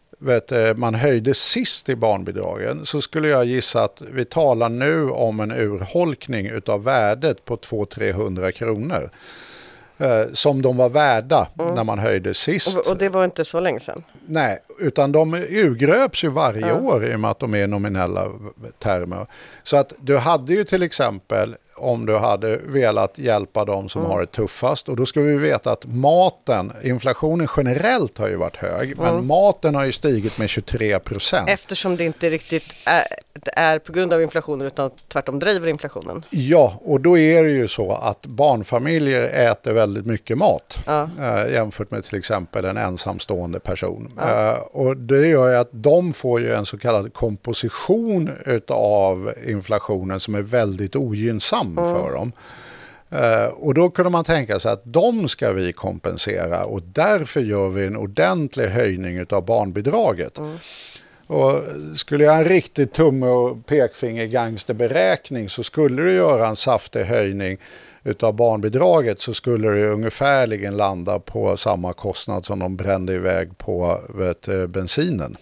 man höjde sist i barnbidragen, så skulle jag gissa att vi talar nu om en urholkning utav värdet på 200-300 kronor. Som de var värda när man höjde sist. Och det var inte så länge sedan? Nej, utan de urgröps ju varje år i och med att de är nominella termer. Så att du hade ju till exempel, om du hade velat hjälpa dem som har det tuffast, och då ska vi veta att inflationen generellt har ju varit hög, men maten har ju stigit med 23%. Eftersom det inte riktigt är på grund av inflationen, utan tvärtom driver inflationen. Ja, och då är det ju så att barnfamiljer äter väldigt mycket mat jämfört med till exempel en ensamstående person. Och det gör ju att de får ju en så kallad komposition av inflationen som är väldigt ogynnsam för dem. Och då kunde man tänka sig att de ska vi kompensera, och därför gör vi en ordentlig höjning av barnbidraget. Och skulle jag ha en riktigt tumme- och pekfinger-gangsterberäkning, så skulle du göra en saftig höjning utav barnbidraget, så skulle det ungefärligen landa på samma kostnad som de brände iväg på bensinen.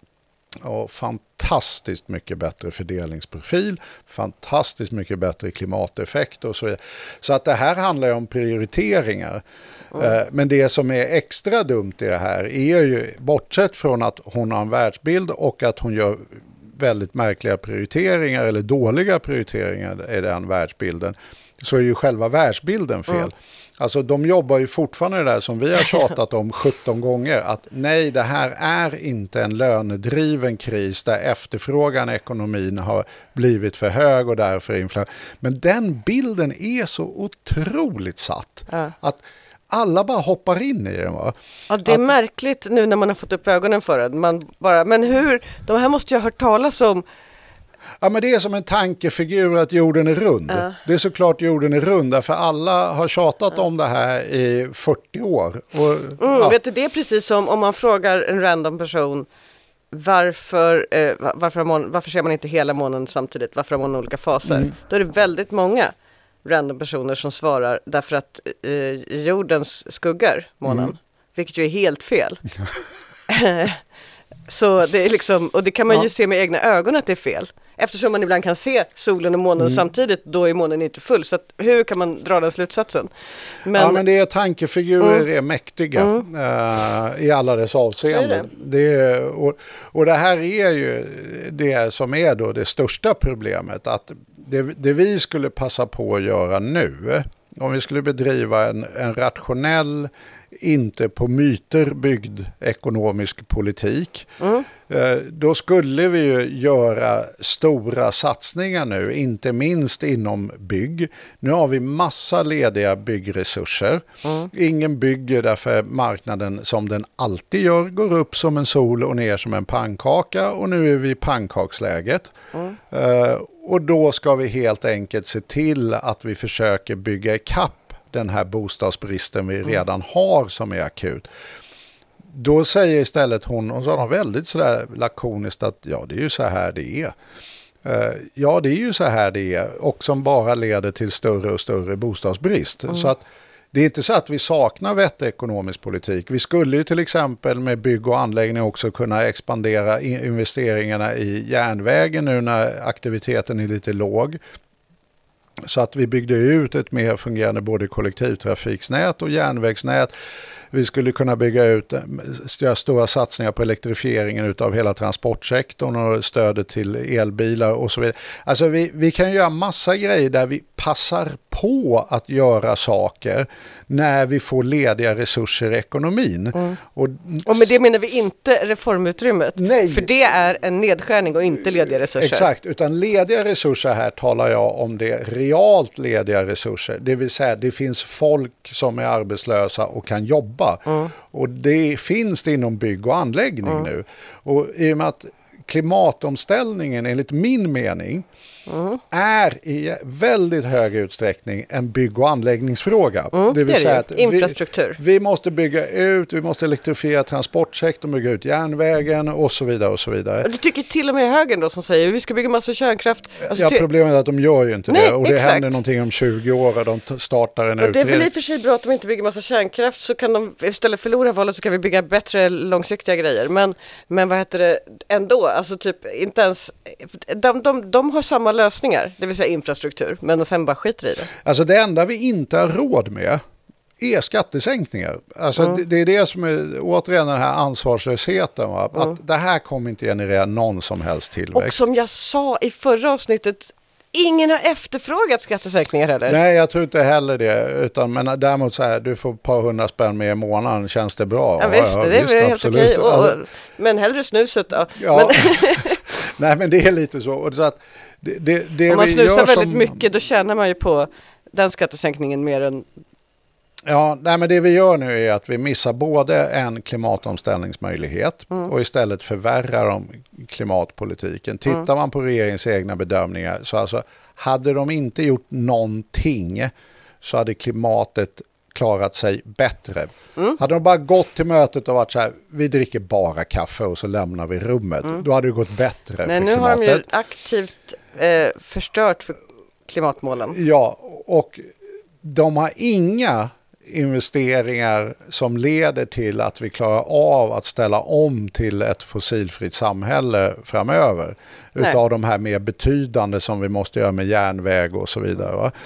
Och fantastiskt mycket bättre fördelningsprofil, fantastiskt mycket bättre klimateffekt och så vidare. Så att det här handlar ju om prioriteringar. Men det som är extra dumt i det här är ju, bortsett från att hon har en världsbild och att hon gör väldigt märkliga prioriteringar eller dåliga prioriteringar i den världsbilden, så är ju själva världsbilden fel. Alltså de jobbar ju fortfarande där som vi har tjatat om 17 gånger, att nej, det här är inte en lönedriven kris där efterfrågan i ekonomin har blivit för hög och därför inflation. Men den bilden är så otroligt satt att alla bara hoppar in i den. Va? Ja, det är märkligt nu när man har fått upp ögonen för det. Men hur, de här måste jag ha hört talas om. Ja, men det är som en tankefigur att jorden är rund. Det är såklart jorden är rund, för alla har tjatat om det här i 40 år. Och, vet du, det är precis som om man frågar en random person varför ser man inte hela månen samtidigt? Varför har man olika faser? Då är det väldigt många random personer som svarar därför att jordens skuggar månen, vilket ju är helt fel. Så det är liksom, och det kan man ju se med egna ögon att det är fel. eftersom man ibland kan se solen och månen samtidigt, då är månen inte full. Så att, hur kan man dra den slutsatsen? Men det är tankefigurer är mäktiga i alla dess avseenden. Och det här är ju det som är då det största problemet, att det vi skulle passa på att göra nu, om vi skulle bedriva en rationell, inte på myter byggd ekonomisk politik, då skulle vi ju göra stora satsningar nu, inte minst inom bygg. Nu har vi massa lediga byggresurser. Ingen bygger därför marknaden som den alltid gör, går upp som en sol och ner som en pannkaka, och nu är vi i pannkaksläget. Och då ska vi helt enkelt se till att vi försöker bygga ikapp den här bostadsbristen vi redan har som är akut. Då säger istället hon sa väldigt sådär lakoniskt att ja, det är ju så här det är. Ja, det är ju så här det är, och som bara leder till större och större bostadsbrist. Så att det är inte så att vi saknar vettig ekonomisk politik. Vi skulle ju till exempel med bygg och anläggning också kunna expandera investeringarna i järnvägen nu när aktiviteten är lite låg. Så att vi byggde ut ett mer fungerande både kollektivtrafiksnät och järnvägsnät. Vi skulle kunna bygga ut stora satsningar på elektrifieringen av hela transportsektorn och stödet till elbilar och så vidare. Alltså vi kan göra massa grejer där vi passar på att göra saker när vi får lediga resurser i ekonomin. Och med det menar vi inte reformutrymmet. Nej. För det är en nedskärning och inte lediga resurser. Exakt, utan lediga resurser här talar jag om det realt lediga resurser. Det vill säga det finns folk som är arbetslösa och kan jobba. Och det finns det inom bygg och anläggning nu. Och i och med att klimatomställningen enligt min mening är i väldigt hög utsträckning en bygg- och anläggningsfråga. Det vill säga att infrastruktur. Vi måste bygga ut, vi måste elektrifiera transportsektorn, bygga ut järnvägen och så vidare och så vidare. Du tycker till och med högern då som säger vi ska bygga massa kärnkraft. Alltså, problemet är att de gör ju inte det. Och det händer någonting om 20 år och de startar en utredning. Det är väl i och för sig bra att de inte bygger massa kärnkraft, så kan de istället förlora valet så kan vi bygga bättre långsiktiga grejer. Men vad heter det ändå? Alltså typ inte ens de har samma lösningar, det vill säga infrastruktur, men sen bara skiter i det. Alltså det enda vi inte har råd med är skattesänkningar. Alltså det är det som är återigen den här ansvarslösheten. Va? Att det här kommer inte generera någon som helst tillväxt. Och som jag sa i förra avsnittet, ingen har efterfrågat skattesänkningar heller. Nej, jag tror inte heller det. Men däremot så här, du får ett par 100 spänn mer i månaden, känns det bra? Ja, visst, det är väl helt okej. Men hellre snuset då. Ja. Nej, men det är lite så. Och så att det om man vi snusar gör väldigt mycket, då tjänar man ju på den skattesänkningen mer än... Ja, nej, men det vi gör nu är att vi missar både en klimatomställningsmöjlighet och istället förvärrar de klimatpolitiken. Tittar man på regeringens egna bedömningar så alltså, hade de inte gjort någonting så hade klimatet klarat sig bättre. Hade de bara gått till mötet och varit så här, vi dricker bara kaffe och så lämnar vi rummet, då hade det gått bättre. Men för nu klimatet. har de ju aktivt förstört för klimatmålen. Ja, och de har inga investeringar som leder till att vi klarar av att ställa om till ett fossilfritt samhälle framöver. Utav de här mer betydande som vi måste göra med järnväg och så vidare. Va?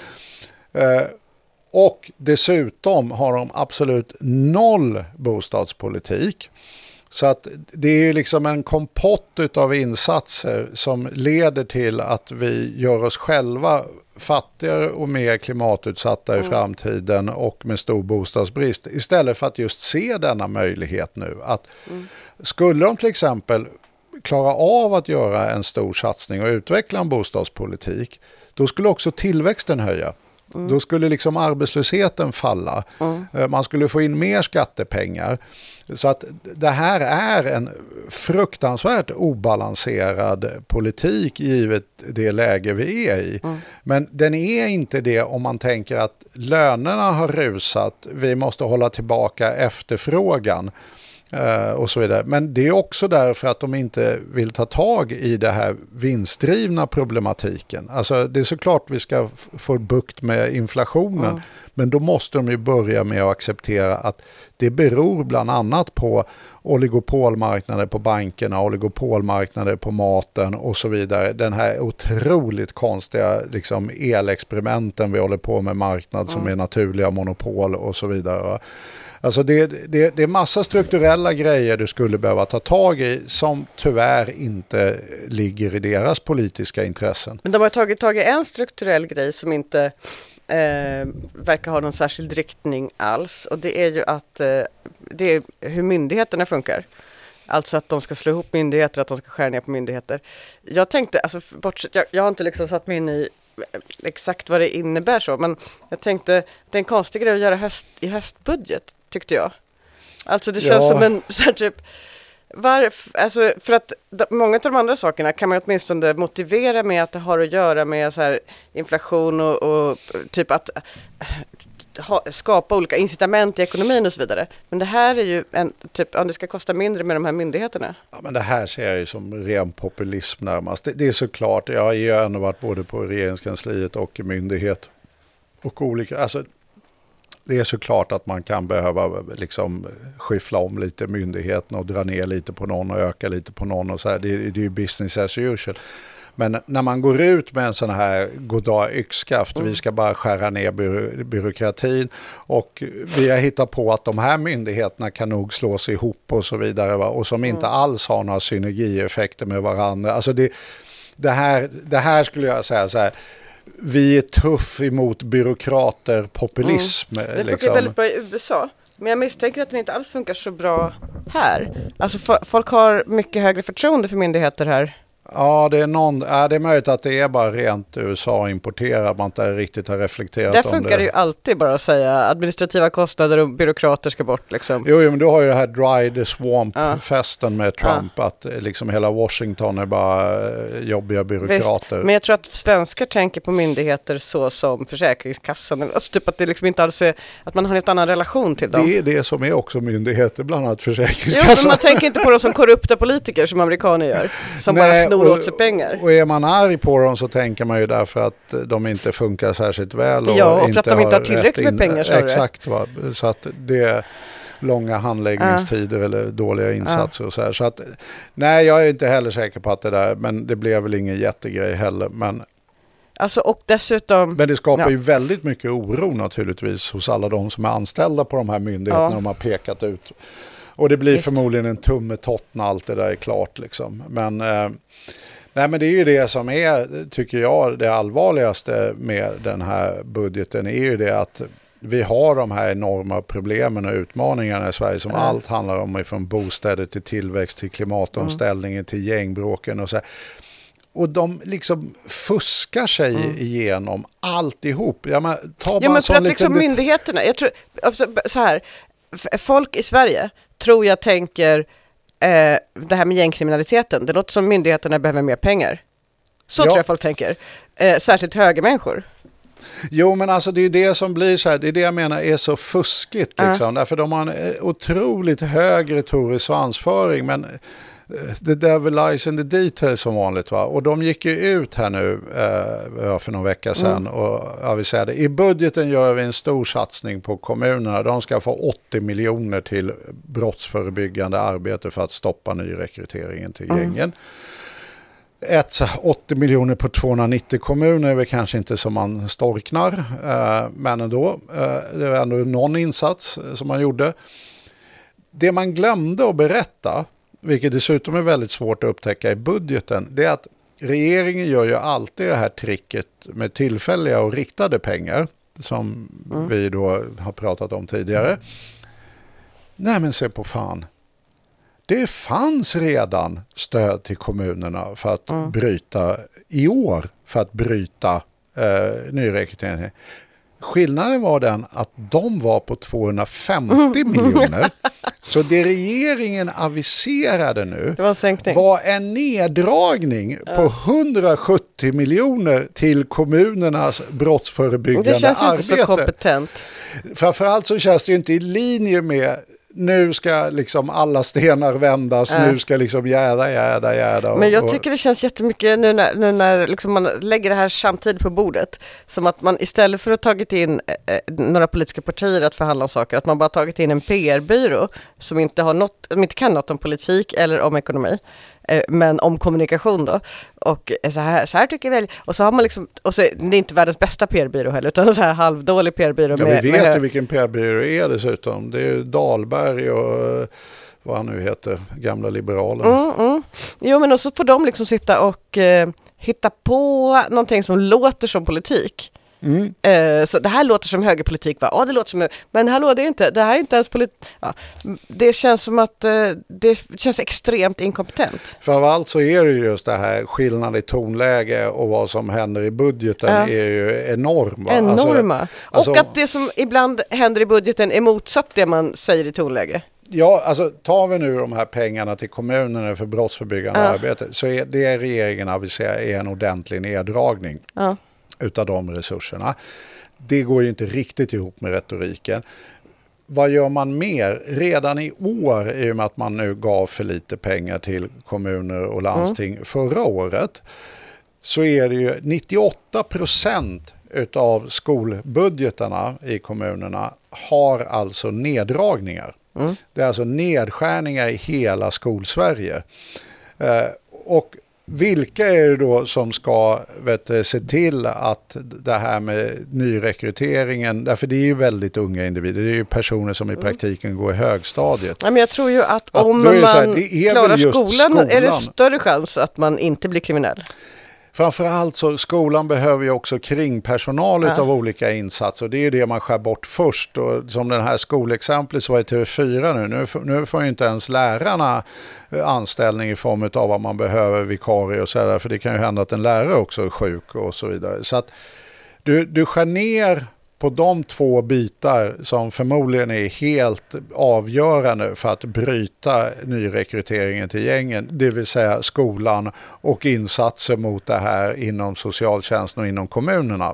Och dessutom har de absolut noll bostadspolitik. Så att det är liksom en kompott av insatser som leder till att vi gör oss själva fattigare och mer klimatutsatta i framtiden och med stor bostadsbrist. Istället för att just se denna möjlighet nu. Att skulle de till exempel klara av att göra en stor satsning och utveckla en bostadspolitik, då skulle också tillväxten höja. Då skulle liksom arbetslösheten falla. Man skulle få in mer skattepengar. Så att det här är en fruktansvärt obalanserad politik givet det läge vi är i. Men den är inte det om man tänker att lönerna har rusat. Vi måste hålla tillbaka efterfrågan. och så vidare. Men det är också därför att de inte vill ta tag i det här vinstdrivna problematiken. Alltså det är såklart vi ska få bukt med inflationen, men då måste de ju börja med att acceptera att det beror bland annat på oligopolmarknader på bankerna, oligopolmarknader på maten och så vidare. Den här otroligt konstiga liksom, elexperimenten vi håller på med, marknad som är naturliga monopol och så vidare. Alltså det är massa strukturella grejer du skulle behöva ta tag i som tyvärr inte ligger i deras politiska intressen. Men de har tagit tag i en strukturell grej som inte verkar ha någon särskild riktning alls, och det är ju att det är hur myndigheterna funkar. Alltså att de ska slå ihop myndigheter, att de ska skära ner på myndigheter. Jag tänkte, alltså jag har inte liksom satt mig in i exakt vad det innebär så, men jag tänkte det är en konstig grej att göra i höstbudget, tyckte jag. Alltså det känns som en så här, typ alltså för att många av de andra sakerna kan man åtminstone motivera med att det har att göra med så här inflation och typ att skapa olika incitament i ekonomin och så vidare. Men det här är ju om det ska kosta mindre med de här myndigheterna. Ja, men det här ser jag ju som ren populism närmast. Det är såklart, jag har ju ändå varit både på regeringskansliet och myndighet och olika, alltså det är såklart att man kan behöva liksom skyffla om lite myndigheten och dra ner lite på någon och öka lite på någon och så här. Det är ju business as usual. Men när man går ut med en sån här goddag yxskaft, vi ska bara skära ner byråkratin och vi har hittat på att de här myndigheterna kan nog slås ihop och så vidare, va? Och som inte alls har några synergieffekter med varandra. Alltså det här skulle jag säga så här, vi är tuff emot byråkrater, populism. Det funkar väldigt bra i USA. Men jag misstänker att det inte alls funkar så bra här. Alltså folk har mycket högre förtroende för myndigheter här. Ja, det är möjligt att det är bara rent USA-importerat, man inte riktigt har reflekterat om det. Där funkar det ju alltid bara att säga administrativa kostnader och byråkrater ska bort. Liksom. Jo, men du har ju det här dry the swamp-festen med Trump, att liksom hela Washington är bara jobbiga byråkrater. Visst, men jag tror att svenskar tänker på myndigheter så som Försäkringskassan, alltså typ att det liksom inte alls är, att man har en helt annan relation till dem. Det är det som är också myndigheter, bland annat Försäkringskassan. Jo, men man tänker inte på dem som korrupta politiker som amerikaner gör, som bara snor åt sig pengar. Och är man arg på dem så tänker man ju därför att de inte funkar särskilt väl. Och för att de inte har tillräckligt med pengar. Exakt, va? Så att det är långa handläggningstider eller dåliga insatser och så här. Så att, nej, jag är inte heller säker på att det där, men det blev väl ingen jättegrej heller. Men alltså, och dessutom, men det skapar ju väldigt mycket oro naturligtvis hos alla de som är anställda på de här myndigheterna de har pekat ut. Och det blir förmodligen en tummetott när allt det där är klart liksom. Men nej, men det är ju det som är, tycker jag, det allvarligaste med den här budgeten är ju det att vi har de här enorma problemen och utmaningarna i Sverige som allt handlar om, från bostäder till tillväxt till klimatomställningen till gängbråken och så här. Och de liksom fuskar sig igenom alltihop. Ja, men för att liksom myndigheterna, jag tror, så här, folk i Sverige tror jag tänker det här med gängkriminaliteten, det låter som myndigheterna behöver mer pengar. Så tror jag folk tänker. Särskilt högermänniskor. Jo, men alltså det är det som blir så här, det är det jag menar är så fuskigt liksom. Därför de har en otroligt hög retorisk svansföring, men the devil lies in the details som vanligt, va? Och de gick ju ut här nu för någon vecka sedan och aviserade, i budgeten gör vi en stor satsning på kommunerna. De ska få 80 miljoner till brottsförebyggande arbete för att stoppa nyrekryteringen till gängen. 80 miljoner på 290 kommuner är väl kanske inte som man storknar, men ändå, det var ändå någon insats som man gjorde. Det man glömde att berätta, vilket dessutom är väldigt svårt att upptäcka i budgeten, det är att regeringen gör ju alltid det här tricket med tillfälliga och riktade pengar som vi då har pratat om tidigare. Nej, men se på fan. Det fanns redan stöd till kommunerna för att bryta i år, för att bryta nyrekrytering. Skillnaden var den att de var på 250 miljoner. Så det regeringen aviserade nu var en neddragning på 170 miljoner till kommunernas brottsförebyggande arbete. Det känns inte så kompetent. Framförallt så känns det ju inte i linje med nu ska liksom alla stenar vändas, nu ska liksom jäda. Men jag tycker det känns jättemycket nu när liksom man lägger det här samtidigt på bordet, som att man istället för att ha tagit in några politiska partier att förhandla om saker, att man bara tagit in en PR-byrå som inte kan något om politik eller om ekonomi, men om kommunikation då. Och så här tycker jag väl. Och så har man liksom, och så, det är inte världens bästa PR-byrå heller, utan så här halvdålig PR-byrå. Ja, vi vet ju vilken PR-byrå är dessutom. Det är ju Dahlberg och vad han nu heter, gamla liberalen. Jo, men och så får de liksom sitta och hitta på någonting som låter som politik. Så det här låter som högerpolitik, va? Ja, det låter som, men hallå, det här är inte ens politik. Ja, det känns som att det känns extremt inkompetent. Framförallt så är det just det här skillnad i tonläge och vad som händer i budgeten är ju enorm. Va? Enorma. Alltså, och att det som ibland händer i budgeten är motsatt det man säger i tonläge. Ja, alltså tar vi nu de här pengarna till kommunerna för brottsförebyggande arbete, så är det regeringen aviserar är en ordentlig neddragning utav de resurserna. Det går ju inte riktigt ihop med retoriken. Vad gör man mer? Redan i år, i och med att man nu gav för lite pengar till kommuner och landsting förra året, så är det ju 98% utav skolbudgetarna i kommunerna har alltså neddragningar. Det är alltså nedskärningar i hela Skolsverige. Och vilka är det då som ska se till att det här med nyrekryteringen, därför det är ju väldigt unga individer, det är ju personer som i praktiken går i högstadiet. Ja, men jag tror ju att om man klarar skolan är det större chans att man inte blir kriminell. Framförallt så skolan behöver ju också kringpersonal av olika insatser, och det är ju det man skär bort först. Och som den här skolexemplet så var i TV4 nu får ju inte ens lärarna anställning i form av vad man behöver vikarie och så där, för det kan ju hända att en lärare också är sjuk och så vidare. Så att du skär ner på de två bitar som förmodligen är helt avgörande för att bryta nyrekryteringen till gängen, det vill säga skolan och insatser mot det här inom socialtjänsten och inom kommunerna.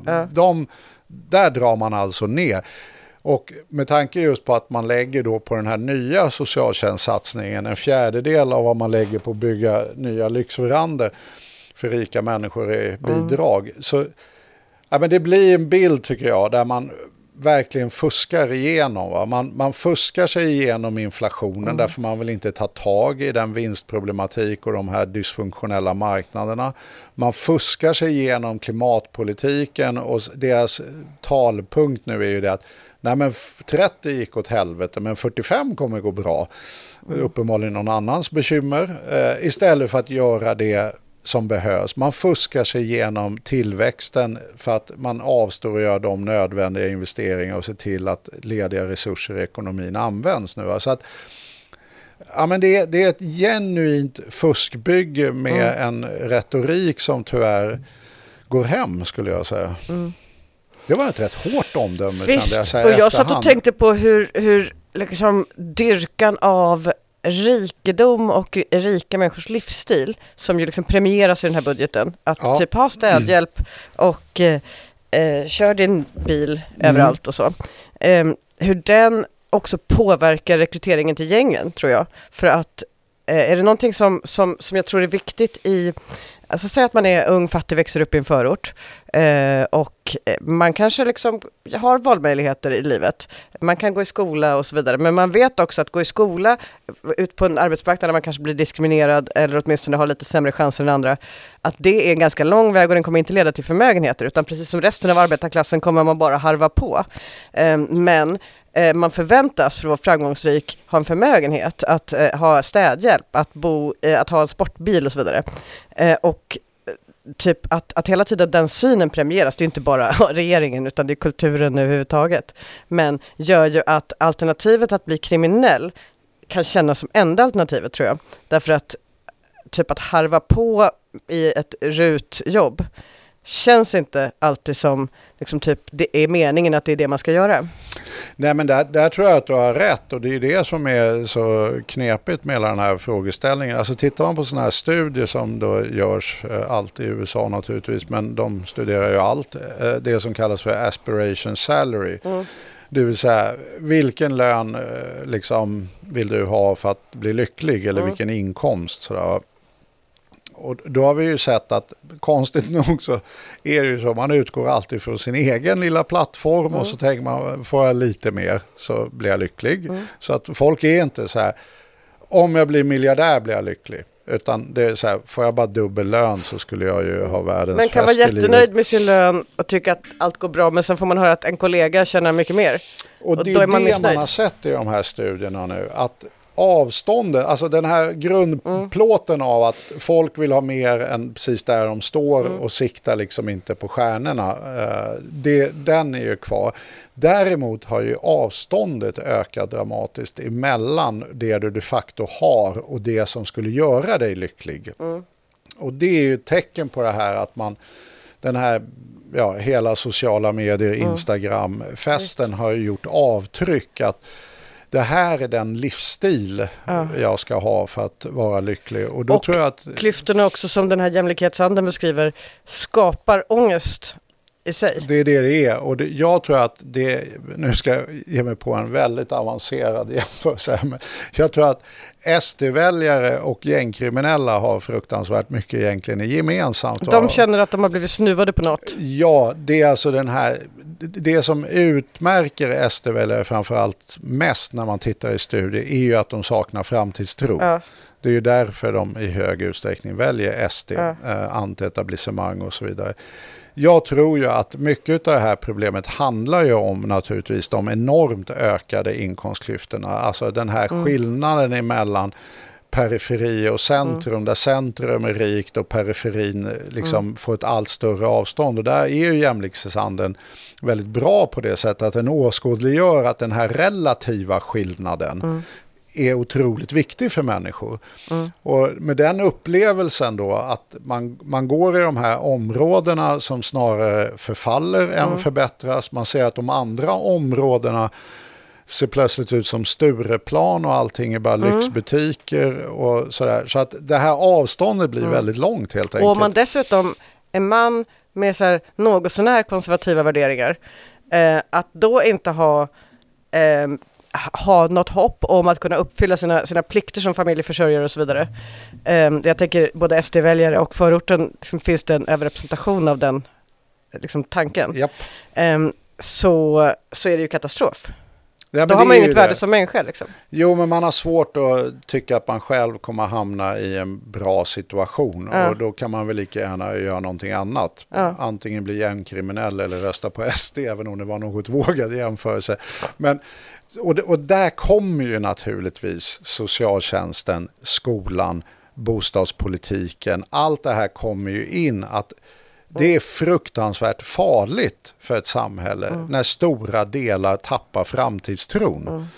Där drar man alltså ner. Och med tanke just på att man lägger då på den här nya socialtjänstsatsningen 1/4 av vad man lägger på att bygga nya lyxverander för rika människor i bidrag, så ja, men det blir en bild tycker jag där man verkligen fuskar igenom. Va? Man fuskar sig igenom inflationen därför man vill inte ta tag i den vinstproblematik och de här dysfunktionella marknaderna. Man fuskar sig igenom klimatpolitiken, och deras talpunkt nu är ju det att nej, men 30 gick åt helvete men 45 kommer gå bra. Uppenbarligen någon annans bekymmer, istället för att göra det som behövs. Man fuskar sig igenom tillväxten för att man avstår att göra de nödvändiga investeringar och se till att lediga resurser i ekonomin används nu. Så att, ja, men det är ett genuint fuskbygge med en retorik som tyvärr går hem, skulle jag säga. Det var ett rätt hårt omdöme. Visst, och jag satt och tänkte på hur liksom dyrkan av rikedom och rika människors livsstil som ju liksom premieras i den här budgeten. Att typ ha städhjälp och kör din bil överallt och så. Hur den också påverkar rekryteringen till gängen, tror jag. För att är det någonting som jag tror är viktigt i, alltså säg att man är ung, fattig, växer upp i en förort och man kanske liksom har valmöjligheter i livet. Man kan gå i skola och så vidare, men man vet också att gå i skola ut på en arbetsmarknad där man kanske blir diskriminerad eller åtminstone har lite sämre chanser än andra, att det är en ganska lång väg och den kommer inte leda till förmögenheter, utan precis som resten av arbetarklassen kommer man bara harva på. Men man förväntas för att vara framgångsrik ha en förmögenhet, att ha städhjälp, att ha en sportbil och så vidare. Och typ att hela tiden den synen premieras, det är inte bara regeringen utan det är kulturen överhuvudtaget. Men gör ju att alternativet att bli kriminell kan kännas som enda alternativet, tror jag. Därför att typ att harva på i ett rutjobb känns inte alltid som liksom typ det är meningen att det är det man ska göra. Nej, men där tror jag att du har rätt, och det är det som är så knepigt med hela den här frågeställningen. Alltså tittar man på sådana här studier som då görs alltid i USA naturligtvis, men de studerar ju allt, det som kallas för aspiration salary. Det vill säga, vilken lön liksom vill du ha för att bli lycklig, eller vilken inkomst sådär. Och då har vi ju sett att konstigt nog så är det ju så, man utgår alltid från sin egen lilla plattform och så tänker man, får jag lite mer så blir jag lycklig. Så att folk är inte så här, om jag blir miljardär blir jag lycklig. Utan det är så här, får jag bara dubbel lön så skulle jag ju ha världens fest i livet. Men kan vara jättenöjd med sin lön och tycka att allt går bra, men sen får man höra att en kollega tjänar mycket mer. Och det är det man har sett i de här studierna nu, att avståndet, alltså den här grundplåten av att folk vill ha mer än precis där de står och siktar liksom inte på stjärnorna, den är ju kvar. Däremot har ju avståndet ökat dramatiskt emellan det du de facto har och det som skulle göra dig lycklig. Och det är ju ett tecken på det här att man, den här hela sociala medier, Instagram-festen har ju gjort avtryck att det här är den livsstil jag ska ha för att vara lycklig. Och då tror jag att klyftorna också, som den här jämlikhetshandeln beskriver, skapar ångest i sig. Det är det är. Och jag tror att nu ska jag ge mig på en väldigt avancerad jämförelse. Men jag tror att SD-väljare och gängkriminella har fruktansvärt mycket egentligen gemensamt. De känner att de har blivit snuvade på något. Ja, det är alltså det som utmärker SD-väljare framförallt mest när man tittar i studier är ju att de saknar framtidstro. Ja. Det är ju därför de i hög utsträckning väljer SD, antietablissemang och så vidare. Jag tror ju att mycket av det här problemet handlar ju om naturligtvis de enormt ökade inkomstklyftorna. Alltså den här skillnaden emellan periferi och centrum, där centrum är rikt och periferin liksom får ett allt större avstånd. Och där är ju jämlikhetshandeln väldigt bra på det sättet att den åskådliggör att den här relativa skillnaden är otroligt viktig för människor. Och med den upplevelsen då att man går i de här områdena som snarare förfaller än förbättras. Man ser att de andra områdena ser plötsligt ut som Stureplan och allting är bara lyxbutiker och sådär. Så att det här avståndet blir väldigt långt helt enkelt. Och om man dessutom är man med så här något sån här konservativa värderingar, att då inte ha något hopp om att kunna uppfylla sina plikter som familjeförsörjare och så vidare. Jag tänker både SD-väljare och förorten liksom, finns det en överrepresentation av den liksom, tanken. Japp. Så är det ju katastrof. Ja, då har man inget värde som människa. Liksom. Jo, men man har svårt att tycka att man själv kommer hamna i en bra situation. Och då kan man väl lika gärna göra någonting annat. Antingen bli gängkriminell eller rösta på SD, även om det var något vågad jämförelse. Men, och där kommer ju naturligtvis socialtjänsten, skolan, bostadspolitiken. Allt det här kommer ju in att det är fruktansvärt farligt för ett samhälle när stora delar tappar framtidstron.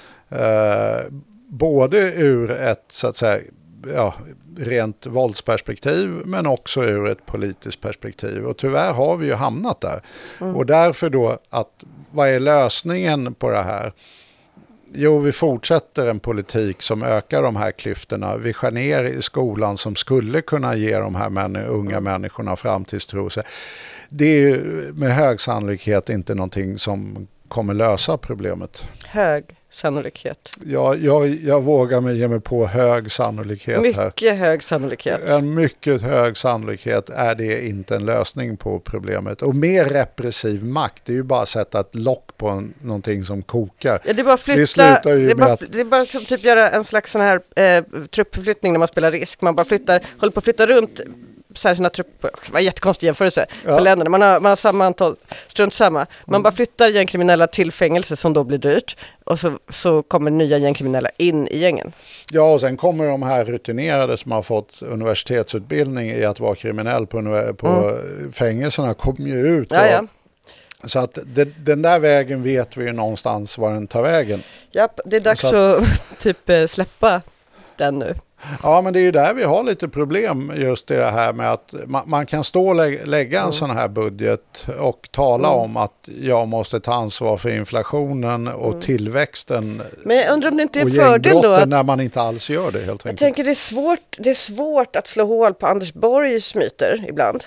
Både ur ett så att säga, rent våldsperspektiv men också ur ett politiskt perspektiv. Och tyvärr har vi ju hamnat där. Och därför då, vad är lösningen på det här? Jo, vi fortsätter en politik som ökar de här klyftorna. Vi skär ner i skolan som skulle kunna ge de här unga människorna framtidstro. Det är ju med hög sannolikhet inte någonting som kommer lösa problemet. Hög sannolikhet. Jag vågar mig ge mig på hög sannolikhet här. Mycket hög sannolikhet. En mycket hög sannolikhet är det inte en lösning på problemet. Och mer repressiv makt, det är ju bara att sätta ett lock på någonting som kokar. Ja, det är bara flytta. Det är bara som typ göra en slags sån här truppförflyttning när man spelar risk. Man bara håller på att flytta runt så här sina trupper. Det var en jättekonstig jämförelse på länderna. Man har samma antal, strunt samma. Man bara flyttar gängkriminella till fängelse som då blir dyrt. Och så kommer nya gängkriminella in i gängen. Ja, och sen kommer de här rutinerade som har fått universitetsutbildning i att vara kriminell på fängelserna kommer ju ut. Ja. Så att den där vägen vet vi ju någonstans var den tar vägen. Ja, det är dags att typ släppa den nu. Ja, men det är ju där vi har lite problem just i det här med att man kan stå och lägga en sån här budget och tala om att jag måste ta ansvar för inflationen och tillväxten. Men jag undrar om det inte är och fördel då att, när man inte alls gör det helt enkelt. Jag tänker det är svårt att slå hål på Anders Borgs myter ibland.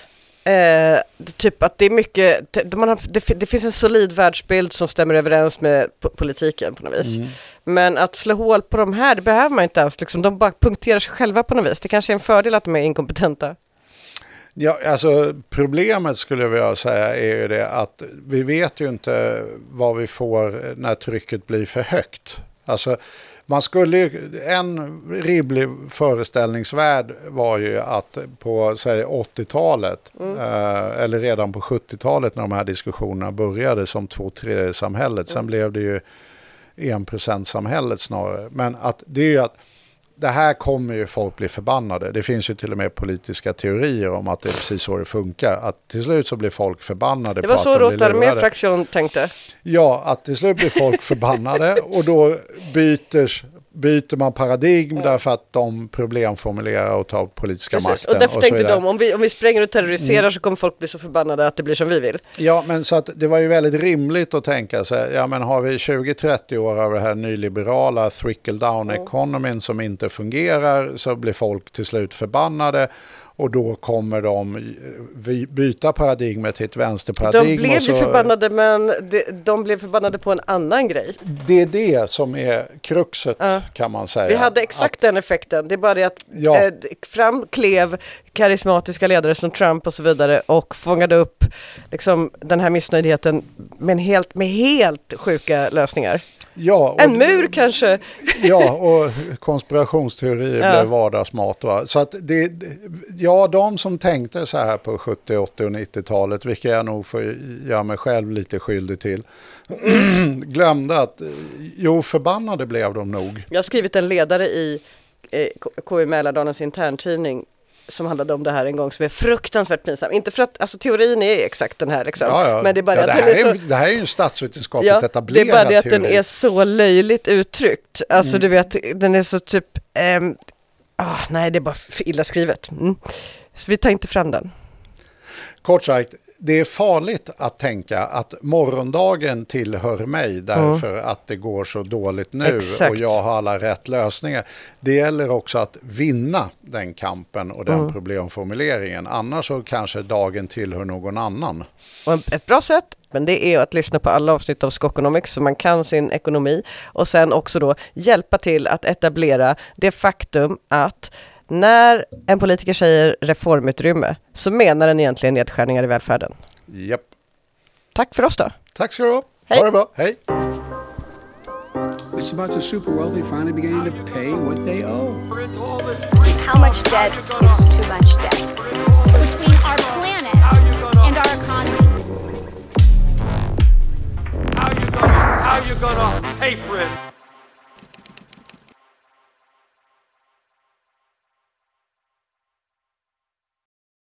Typ att det är mycket, det finns en solid världsbild som stämmer överens med politiken på något vis. Men att slå hål på de här, det behöver man inte ens. Liksom, de bara punkterar sig själva på något vis. Det kanske är en fördel att de är inkompetenta. Ja, alltså problemet skulle jag vilja säga är ju det att vi vet ju inte vad vi får när trycket blir för högt. Alltså man skulle en rimlig föreställningsvärld var ju att på säg 80-talet eller redan på 70-talet när de här diskussionerna började som 2/3-samhället. Sen blev det ju 1%-samhället snarare. Men att det är ju att det här kommer ju folk bli förbannade. Det finns ju till och med politiska teorier om att det är precis så det funkar. Att till slut så blir folk förbannade. Det var så Rotar med fraktion tänkte. Ja, att till slut blir folk förbannade och då byter man paradigm därför att de problemformulerar och tar politiska makten. Och därför tänkte de, om vi spränger och terroriserar så kommer folk bli så förbannade att det blir som vi vill. Ja, men så att det var ju väldigt rimligt att tänka sig, ja men har vi 20-30 år av det här nyliberala trickle-down-economin som inte fungerar så blir folk till slut förbannade. Och då kommer de byta paradigmet till ett vänsterparadigm. De blev ju förbannade, men de blev förbannade på en annan grej. Det är det som är kruxet kan man säga. Vi hade exakt den effekten. Det är bara det att fram klev karismatiska ledare som Trump och så vidare och fångade upp liksom, den här missnöjdheten med helt sjuka lösningar. Ja, en mur kanske. Ja, och konspirationsteorier blev vardagsmat. Va? Så att de som tänkte så här på 70, 80 och 90-talet, vilket jag nog får göra mig själv lite skyldig till, glömde att förbannade blev de nog. Jag har skrivit en ledare i KU Mälardalens interntidning som handlade om det här en gång som är fruktansvärt pinsam. Inte för att, alltså teorin är exakt den här liksom. Men det är bara det här är ju en statsvetenskapligt etablerad det är bara det att teori. den är så löjligt uttryckt. Alltså du vet, den är så typ nej, det är bara illa skrivet. Så vi tar inte fram den. Kort sagt, det är farligt att tänka att morgondagen tillhör mig därför att det går så dåligt nu och jag har alla rätt lösningar. Det gäller också att vinna den kampen och den problemformuleringen. Annars så kanske dagen tillhör någon annan. Och ett bra sätt, men det är att lyssna på alla avsnitt av Skokonomics så man kan sin ekonomi och sen också då hjälpa till att etablera det faktum att när en politiker säger reformutrymme så menar den egentligen nedskärningar i välfärden. Japp. Tack för oss då. Tack ska du ha. Hej. Ha det bra. Hej. It's about the super wealthy finally beginning to pay what they owe. How much debt is too much debt? Between our planet and our economy. How you gonna pay for it?